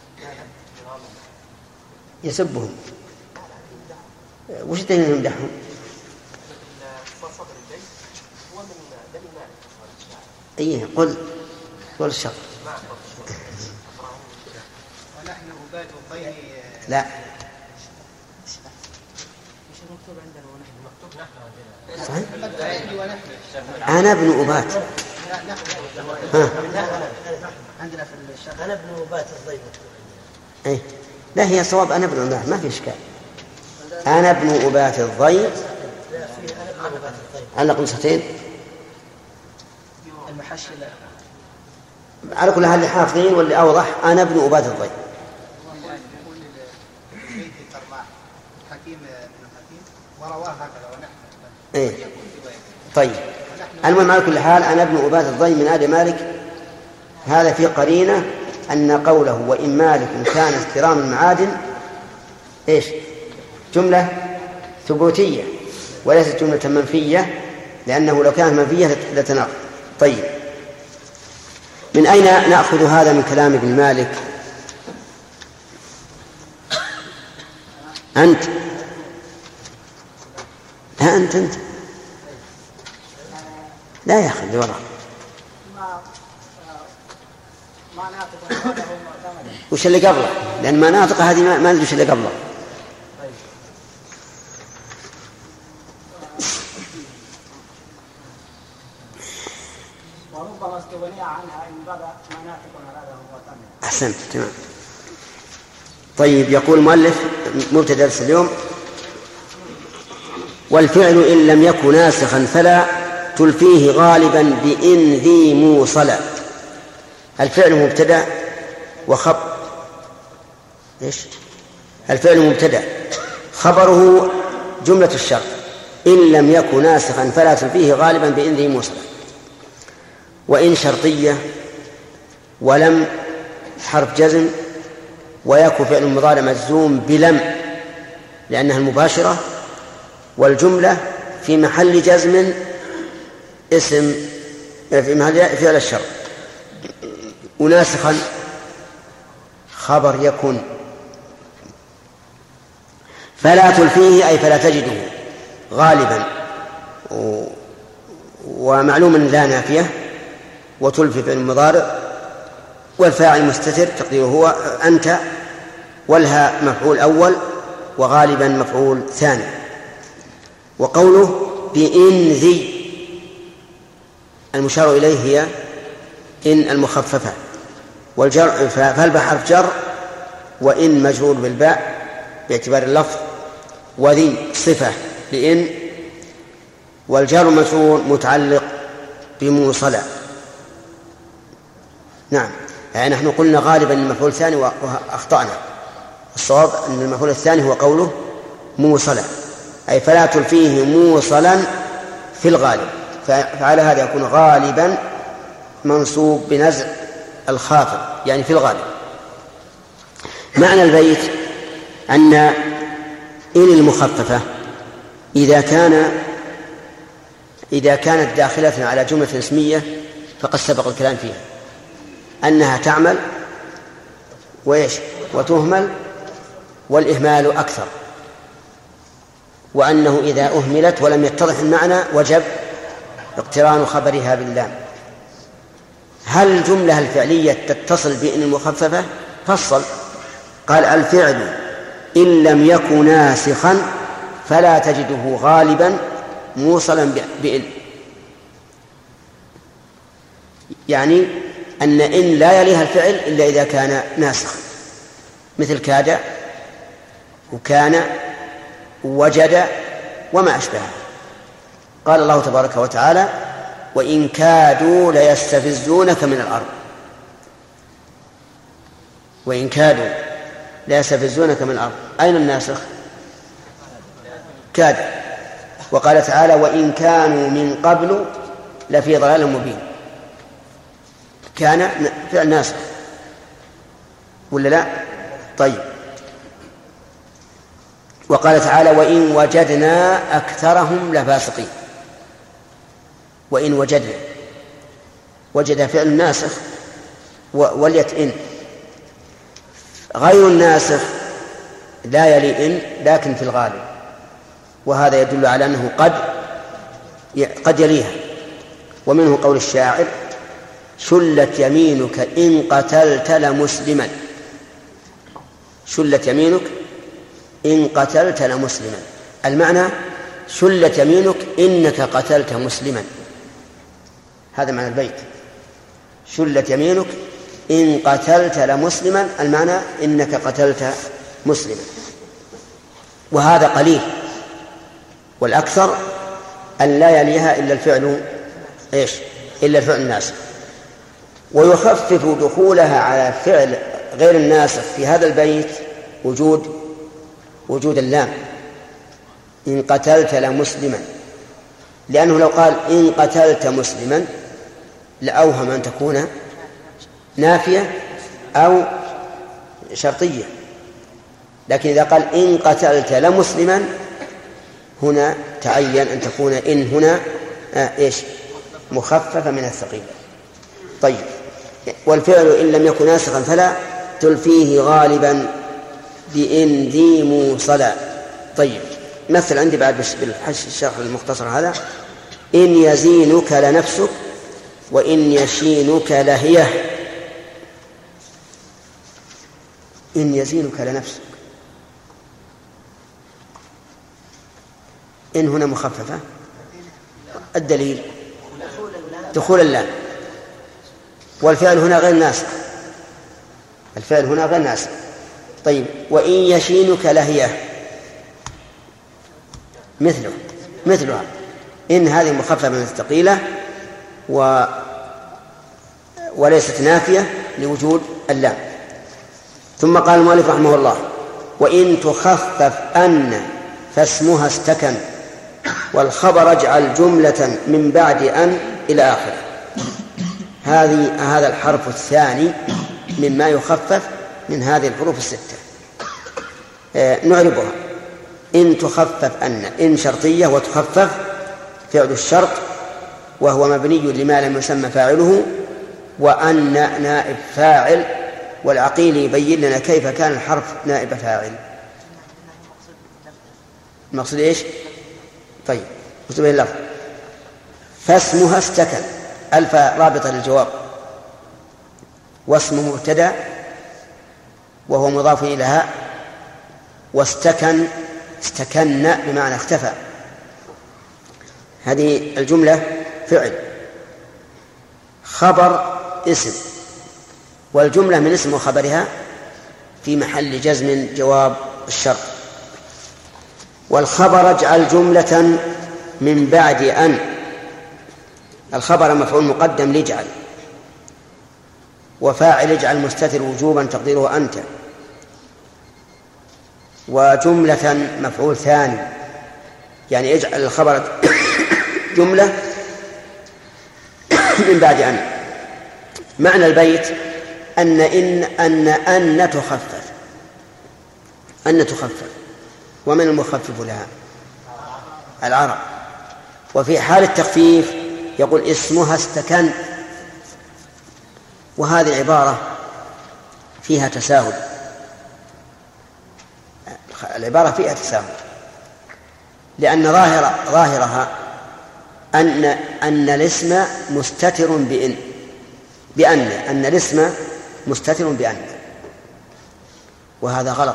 يسبهم. وش الدليل يمدحهم؟ أيه قل قل الشرط. ونحن أبات الضيء. لا صحيح؟ أنا ابن أبات. ها. عندنا في الشرط أنا ابن أبات الضيف. إيه لا هي صواب أنا ابن أبات ما في إشكال. أنا ابن أبات الضيف. علق نسختين. المحشي لا. على كل حال حافظين واللي أوضح أنا ابن أبات الضيف. حكيم بن حكيم ورواه هكذا ونحن. إيه طيب المهم على كل حال أنا ابن أبات الضيف من آل مالك. هذا في قرينة أن قوله وإن مالك كان استرام المعادن إيش جملة ثبوتية وليست جملة منفية، لأنه لو كانت منفية لتناقض. طيب من أين نأخذ هذا من كلام ابن مالك؟ أنت ها أنت أنت لا يا أخي اللي وراء وش اللي قبله؟ لأن مناطق هذه ما ندري وش اللي قبله. وربما استغني عنها إن بدا مناطق هذا هو تمام. أحسنت تمام. طيب يقول المؤلف مبتدأ درس اليوم والفعل إن لم يكن ناسخا فلا تلفيه غالبا بإن ذي موصلا. الفعل مبتدأ وخبر إيش الفعل مبتدأ خبره جملة الشرط إن لم يكن ناسخا فلا تلفيه غالبا بإن ذي موصلا. وإن شرطية ولم حرف جزم ويكون فعل مضارع مجزوم بلم لأنها المباشرة والجملة في محل جزم اسم في محل فعل الشرط. وناسخا خبر يكون فلا تلفيه أي فلا تجده غالبا ومعلوم لا نافية وتلفي فعل المضارع والفاعل مستتر تقديره هو أنت والها مفعول أول وغالبا مفعول ثاني. وقوله بإن ذي المشار إليه هي إن المخففة والجر فالباء حرف جر وإن مجرور بالباء باعتبار اللفظ وذي صفة لإن والجار مجرور متعلق بموصلة. نعم يعني نحن قلنا غالبا المفعول الثاني وأخطأنا. الصواب أن المفعول الثاني هو قوله موصلة أي فلا تلفيه موصلا في الغالب فعلى هذا يكون غالبا منصوب بنزع الخافض يعني في الغالب. معنى البيت أن إن المخففة إذا كان إذا كانت داخلة على جملة اسمية فقد سبق الكلام فيها أنها تعمل وإيش وتهمل والإهمال أكثر وأنه إذا أهملت ولم يتضح المعنى وجب اقتران خبرها باللام. هل الجملة الفعلية تتصل بإن المخففة؟ فصل قال الفعل إن لم يكن ناسخا فلا تجده غالبا موصلا بإن يعني أن إن لا يليها الفعل إلا إذا كان ناسخا مثل كاد وكان وجد وما أشبهه. قال الله تبارك وتعالى وإن كادوا ليستفزونك من الأرض وإن كادوا ليستفزونك من الأرض أين الناسخ؟ كاد. وقال تعالى وإن كانوا من قبل لفي ضلال مبين كان فعل ناسخ ولا لا؟ طيب. وقال تعالى وإن وجدنا أكثرهم لفاسقين وإن وجدنا وجد فعل ناسخ وليت إن غير الناسخ لا يلي إن لكن في الغالب وهذا يدل على أنه قد قد يليها. ومنه قول الشاعر شلت يمينك إن قتلت لمسلما. شلت يمينك إن قتلت لمسلما، المعنى شلت يمينك إنك قتلت مسلما، هذا معنى البيت. شلت يمينك إن قتلت لمسلما، المعنى إنك قتلت مسلما. وهذا قليل، والأكثر أن لا يليها إلا الفعل إيش؟ إلا الفعل الناسخ. ويخفف دخولها على فعل غير الناسخ في هذا البيت وجود وجود اللام إن قتلت لمسلما، لأنه لو قال إن قتلت مسلما لأوهم أن تكون نافية أو شرطية، لكن إذا قال إن قتلت لمسلما هنا تعين أن تكون إن هنا آه إيش؟ مخففة من الثقيل. طيب، والفعل إن لم يكن ناسخا فلا تلفيه غالبا بإن ذي موصلا. طيب، مثل عندي بعد بالحش الشرح المختصر هذا: إن يزينك لنفسك وإن يشينك لهيه. إن يزينك لنفسك، إن هنا مخففة، الدليل دخول اللام، والفعل هنا غير ناسخ، الفعل هنا غير ناسخ. طيب، وإن يشينك لهيه مثله مثلها، إن هذه مخففة من الثقيلة و وليست نافية لوجود اللام. ثم قال المؤلف رحمه الله: وإن تخفف أن فاسمها استكن والخبر اجعل جملة من بعد أن إلى آخره. هذه هذا الحرف الثاني مما يخفف من هذه الحروف الستة. آه نعربها: إن تخفف أن، إن شرطية وتخفف فعل الشرط وهو مبني لما لم يسمى فاعله، وأن نائب فاعل، والعقيل يبين لنا كيف كان الحرف نائب فاعل. المقصود إيش؟ طيب، اكتبه اللفظ: فاسمها استكن، ألف رابطة للجواب، واسم مبتدأ وهو مضاف إليها، واستكن استكن بمعنى اختفى. هذه الجملة فعل، خبر اسم، والجملة من اسم وخبرها في محل جزم جواب الشرط. والخبر اجعل جملة من بعد أن، الخبر مفعول مقدم لاجعل، وفاعل اجعل مستتر وجوبا تقديره أنت، وجملة مفعول ثاني، يعني اجعل الخبر جملة من بعد أن. معنى البيت أن إن أن أن تخفف، أن تخفف، ومن المخفف لها؟ العرب. وفي حال التخفيف يقول اسمها استكن، وهذه عبارة فيها تساهل، العبارة فيها تساهل، لأن ظاهر ظاهرها أن أن الاسم مستتر بإن بأن أن الاسم مستتر بأن، وهذا غلط،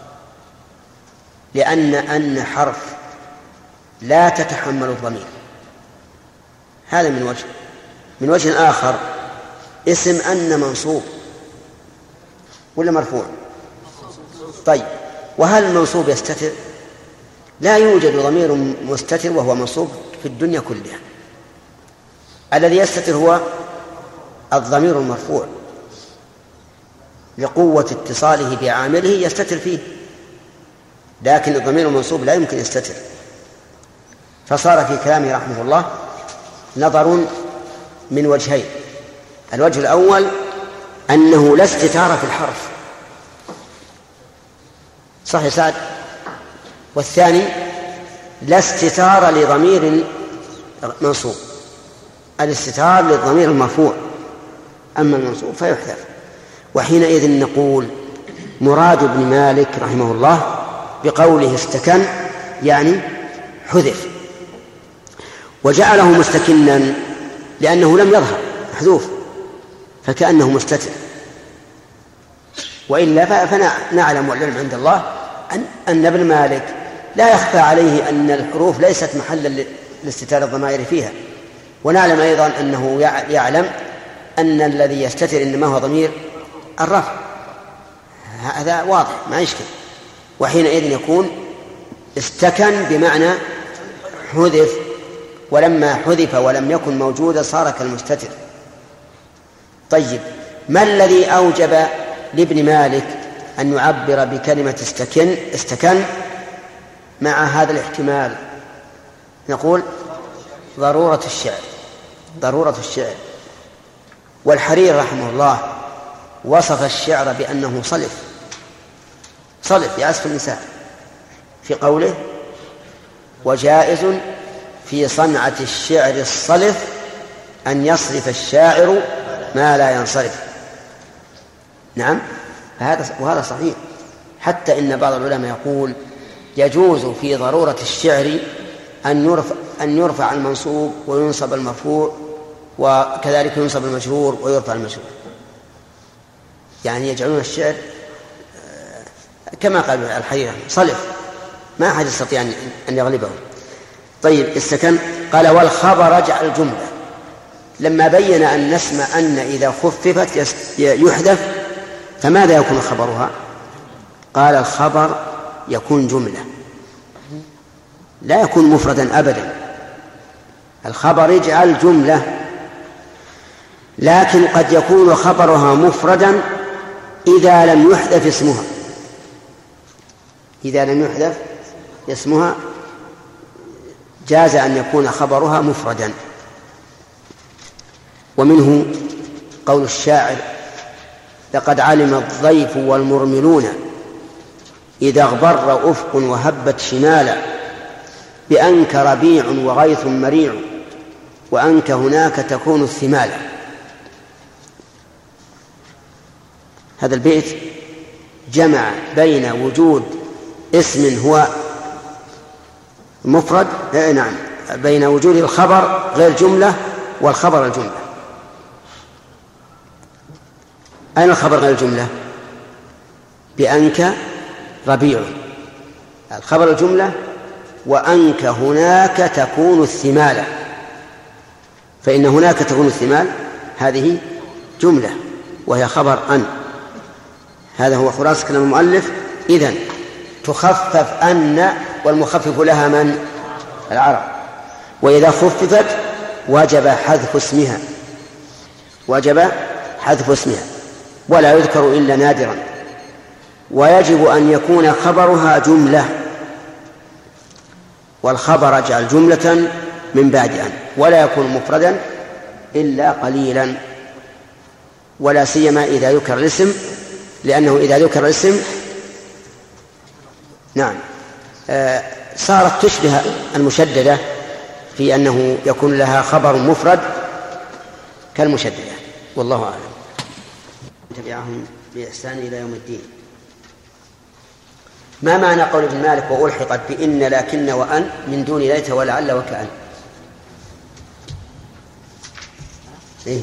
لأن أن حرف لا تتحمل الضمير. هذا من وجه. من وجه آخر اسم أن منصوب ولا مرفوع؟ طيب، وهل المنصوب يستتر؟ لا يوجد ضمير مستتر وهو منصوب في الدنيا كلها. الذي يستتر هو الضمير المرفوع لقوة اتصاله بعامله يستتر فيه، لكن الضمير المنصوب لا يمكن يستتر. فصار في كلامه رحمه الله نظر من وجهين: الوجه الأول أنه لا استتار في الحرف، صح يا سعد؟ والثاني لا استتار لضمير منصوب، الاستتار للضمير المرفوع، أما المنصوب فيحذف. وحينئذ نقول مراد ابن مالك رحمه الله بقوله استكن يعني حذف، وجعله مستكنا لأنه لم يظهر، محذوف فكأنه مستتر، وإلا فنعلم والعلم عند الله أن, أن ابن مالك لا يخفى عليه أن الحروف ليست محلا لاستتار الضمائر فيها، ونعلم أيضا أنه يعلم أن الذي يستتر إنما هو ضمير الرفع، هذا واضح ما يشكل. وحينئذ يكون استكن بمعنى حذف، ولما حذف ولم يكن موجودا صار كالمستتر. طيب، ما الذي أوجب لابن مالك أن يعبر بكلمة استكن استكن مع هذا الاحتمال؟ نقول ضرورة الشعر، ضرورة الشعر. والحرير رحمه الله وصف الشعر بأنه صلف، صلف يعزف النساء في قوله: وجائز في صنعة الشعر الصلف أن يصرف الشاعر ما لا ينصرف. نعم، هذا وهذا صحيح. حتى إن بعض العلماء يقول يجوز في ضرورة الشعر أن يرفع, أن يرفع المنصوب وينصب المرفوع، وكذلك ينصب المجرور ويرفع المجرور، يعني يجعلون الشعر كما قال الحريرة صلف، ما أحد يستطيع أن يغلبه. طيب، السكن قال: والخبر اجعل جملة. لما بين أن نسمع أن إذا خففت يحذف، فماذا يكون خبرها؟ قال: الخبر يكون جملة، لا يكون مفردا أبدا. الخبر اجعل جملة، لكن قد يكون خبرها مفردا إذا لم يحذف اسمها، إذا لم يحذف اسمها جاز أن يكون خبرها مفردا. ومنه قول الشاعر: لقد علم الضيف والمرملون إذا اغبر أفق وهبت شمالا، بأنك ربيع وغيث مريع، وأنك هناك تكون الثمالا. هذا البيت جمع بين وجود اسم هو مفرد، نعم، بين وجود الخبر غير جملة والخبر الجملة. أين الخبر غير الجملة؟ بأنك ربيع، الخبر الجملة، وأنك هناك تكون الثمال، فإن هناك تكون الثمال هذه جملة وهي خبر أن. هذا هو خلاصة كلام المؤلف. إذن تخفف أن، والمخفف لها من؟ العرب. وإذا خففت وجب حذف اسمها، وجب حذف اسمها، ولا يذكر إلا نادرا. ويجب أن يكون خبرها جملة، والخبر اجعل جملة من بعد أن، ولا يكون مفردا إلا قليلا، ولا سيما إذا ذكر الاسم، لأنه إذا ذكر الاسم نعم آه صارت تشبه المشددة في أنه يكون لها خبر مفرد كالمشددة. والله أعلم. تبعهم بإحسان إلى يوم الدين. ما معنى قول ابن مالك وألحقت بإن لكن وأن من دون ليت ولعل وكأن؟ إيه؟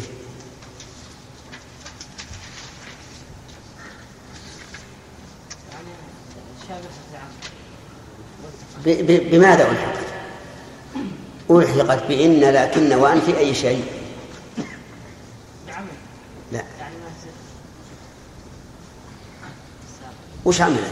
بماذا ألحقت؟ ألحقت بإن لكن وأن في أي شيء؟ لا. وش عمله؟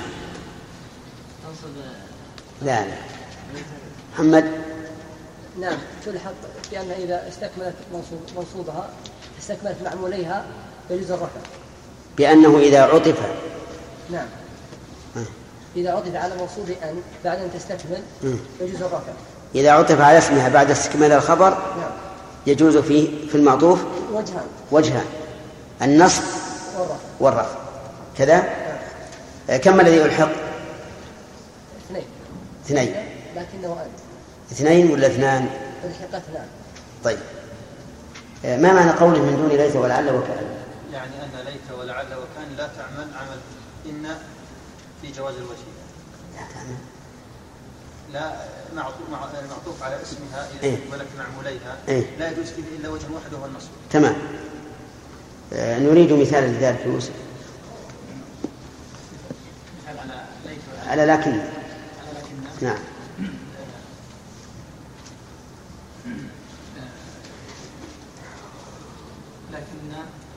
لا لا محمد. نعم، تلحق لأن إذا استكملت منصوبها استكملت معموليها يجوز الرفع. بأنه إذا عطف، نعم، إذا عطف على منصوب أن بعد أن تستكمل يجوز الرفع. إذا عطف على اسمها بعد استكمال الخبر نعم يجوز فيه في المعطوف وجهان وجهان النصب والرفع والرفع كذا. نعم. كم الذي يلحق؟ اثنين. اثنين. لكنه أن. اثنين ولا اثنان؟ الحق اثنان. طيب، ما معنى قوله من دون ليت ولعل وكأن؟ يعني أن ليت ولعل وكأن لا تعمل عمل إن في جواز الوجه. لا تعمل. لا معطوف على اسمها إذا إيه؟ ولك معموليها. إيه؟ لا يجوز فيه إلا وجه واحد وهو النصب. تمام. آه نريد مثالا لذلك يوسف. على لكن نعم. لكن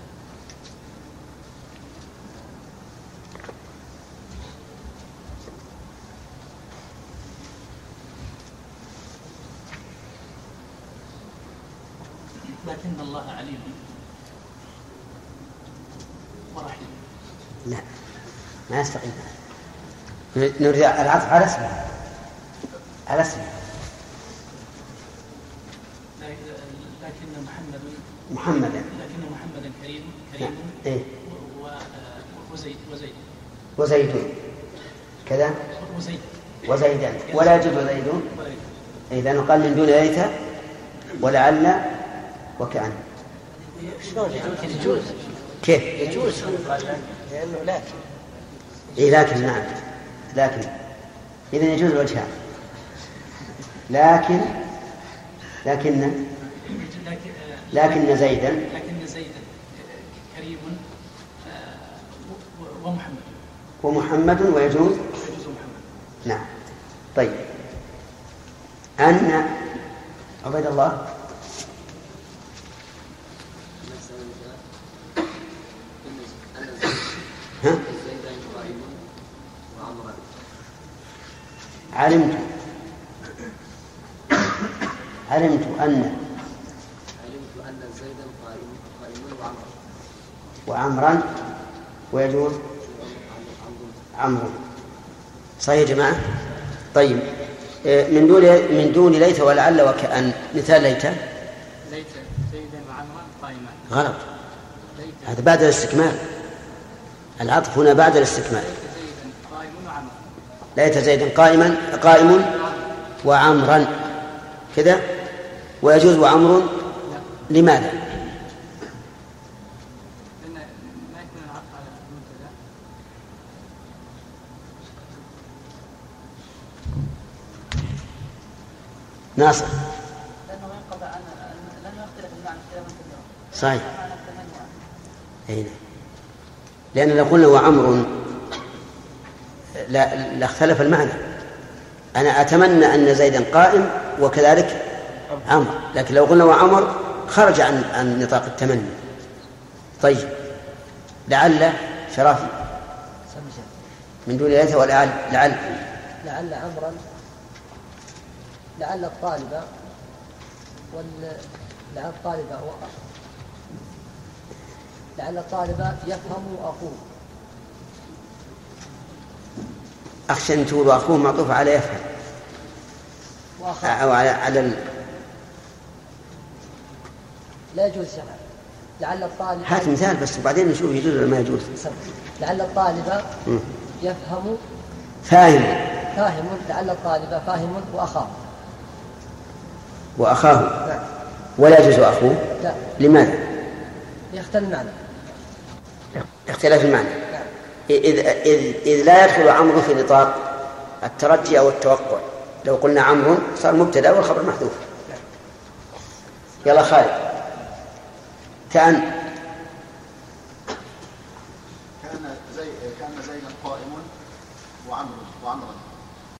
لكن الله عليم ورحيم. لا ما يستقيم. نريد العطف على اسمه على اسمه. لكن محمد محمدا لكن محمدا كريم كريم إيه؟ وزيد وزيد وزيد كذا وزيد وزيدا ولا يجوز زيد إذا نقال من دون ليت ولعل وكأن. يجوز كيف يجوز لأنه لكن إيه لكن نعم لكن إذا يجوز الوجهان. لكن لكن لكن زيدا لكن زيدا كريم ومحمد ومحمد ويجوز نعم. طيب أن عبيد الله ها؟ علمت علمت أن علمت أن زيدا قائم قائم وعمرا وعمرا ويجوز عمرو. صحيح يا جماعة. طيب من دون من دون ليت ولعل وكأن مثال ليت ليت زيدا وعمرا قائما. غلط هذا بعد الاستكمال. العطف هنا بعد الاستكمال. ليت زيدا قائما قائم وعمرا كذا ويجوز وعمر. لماذا؟ ناصر لأنه ينقطع عن لأنه يختلف المعنى اختلافا كثيرا. صحيح. أين؟ لأن لو قلنا وعمر لا لاختلف المعنى. أنا أتمنى أن زيدا قائم وكذلك عمر، لكن لو قلنا وعمر خرج عن عن نطاق التمني. طيب لعل شرافي من دون ليت ولعل لعل لعل عمرا لعل الطالب وال لعل الطالب لعل الطالب يفهم أخوه. أخشى أن تقول أخوه معطوف على يفهم أو على على ال... لا يجوز شرعا. لعل الطالب هات مثال بس وبعدين نشوف يجوز ولا ما يجوز. لعل الطالب يفهم فاهم فاهم لعل الطالب فاهم وأخاه وأخاه لا. ولا يجوز أخوه لا. لماذا؟ يختلف المعنى. اختلاف المعنى. إذ, إذ, إذ لا يدخل عمرو في نطاق الترجي أو التوقع. لو قلنا عمرو صار مبتدأ والخبر محذوف. يلا خالد. كأن كان زي كان زيدا قائم وعمرو وعمرا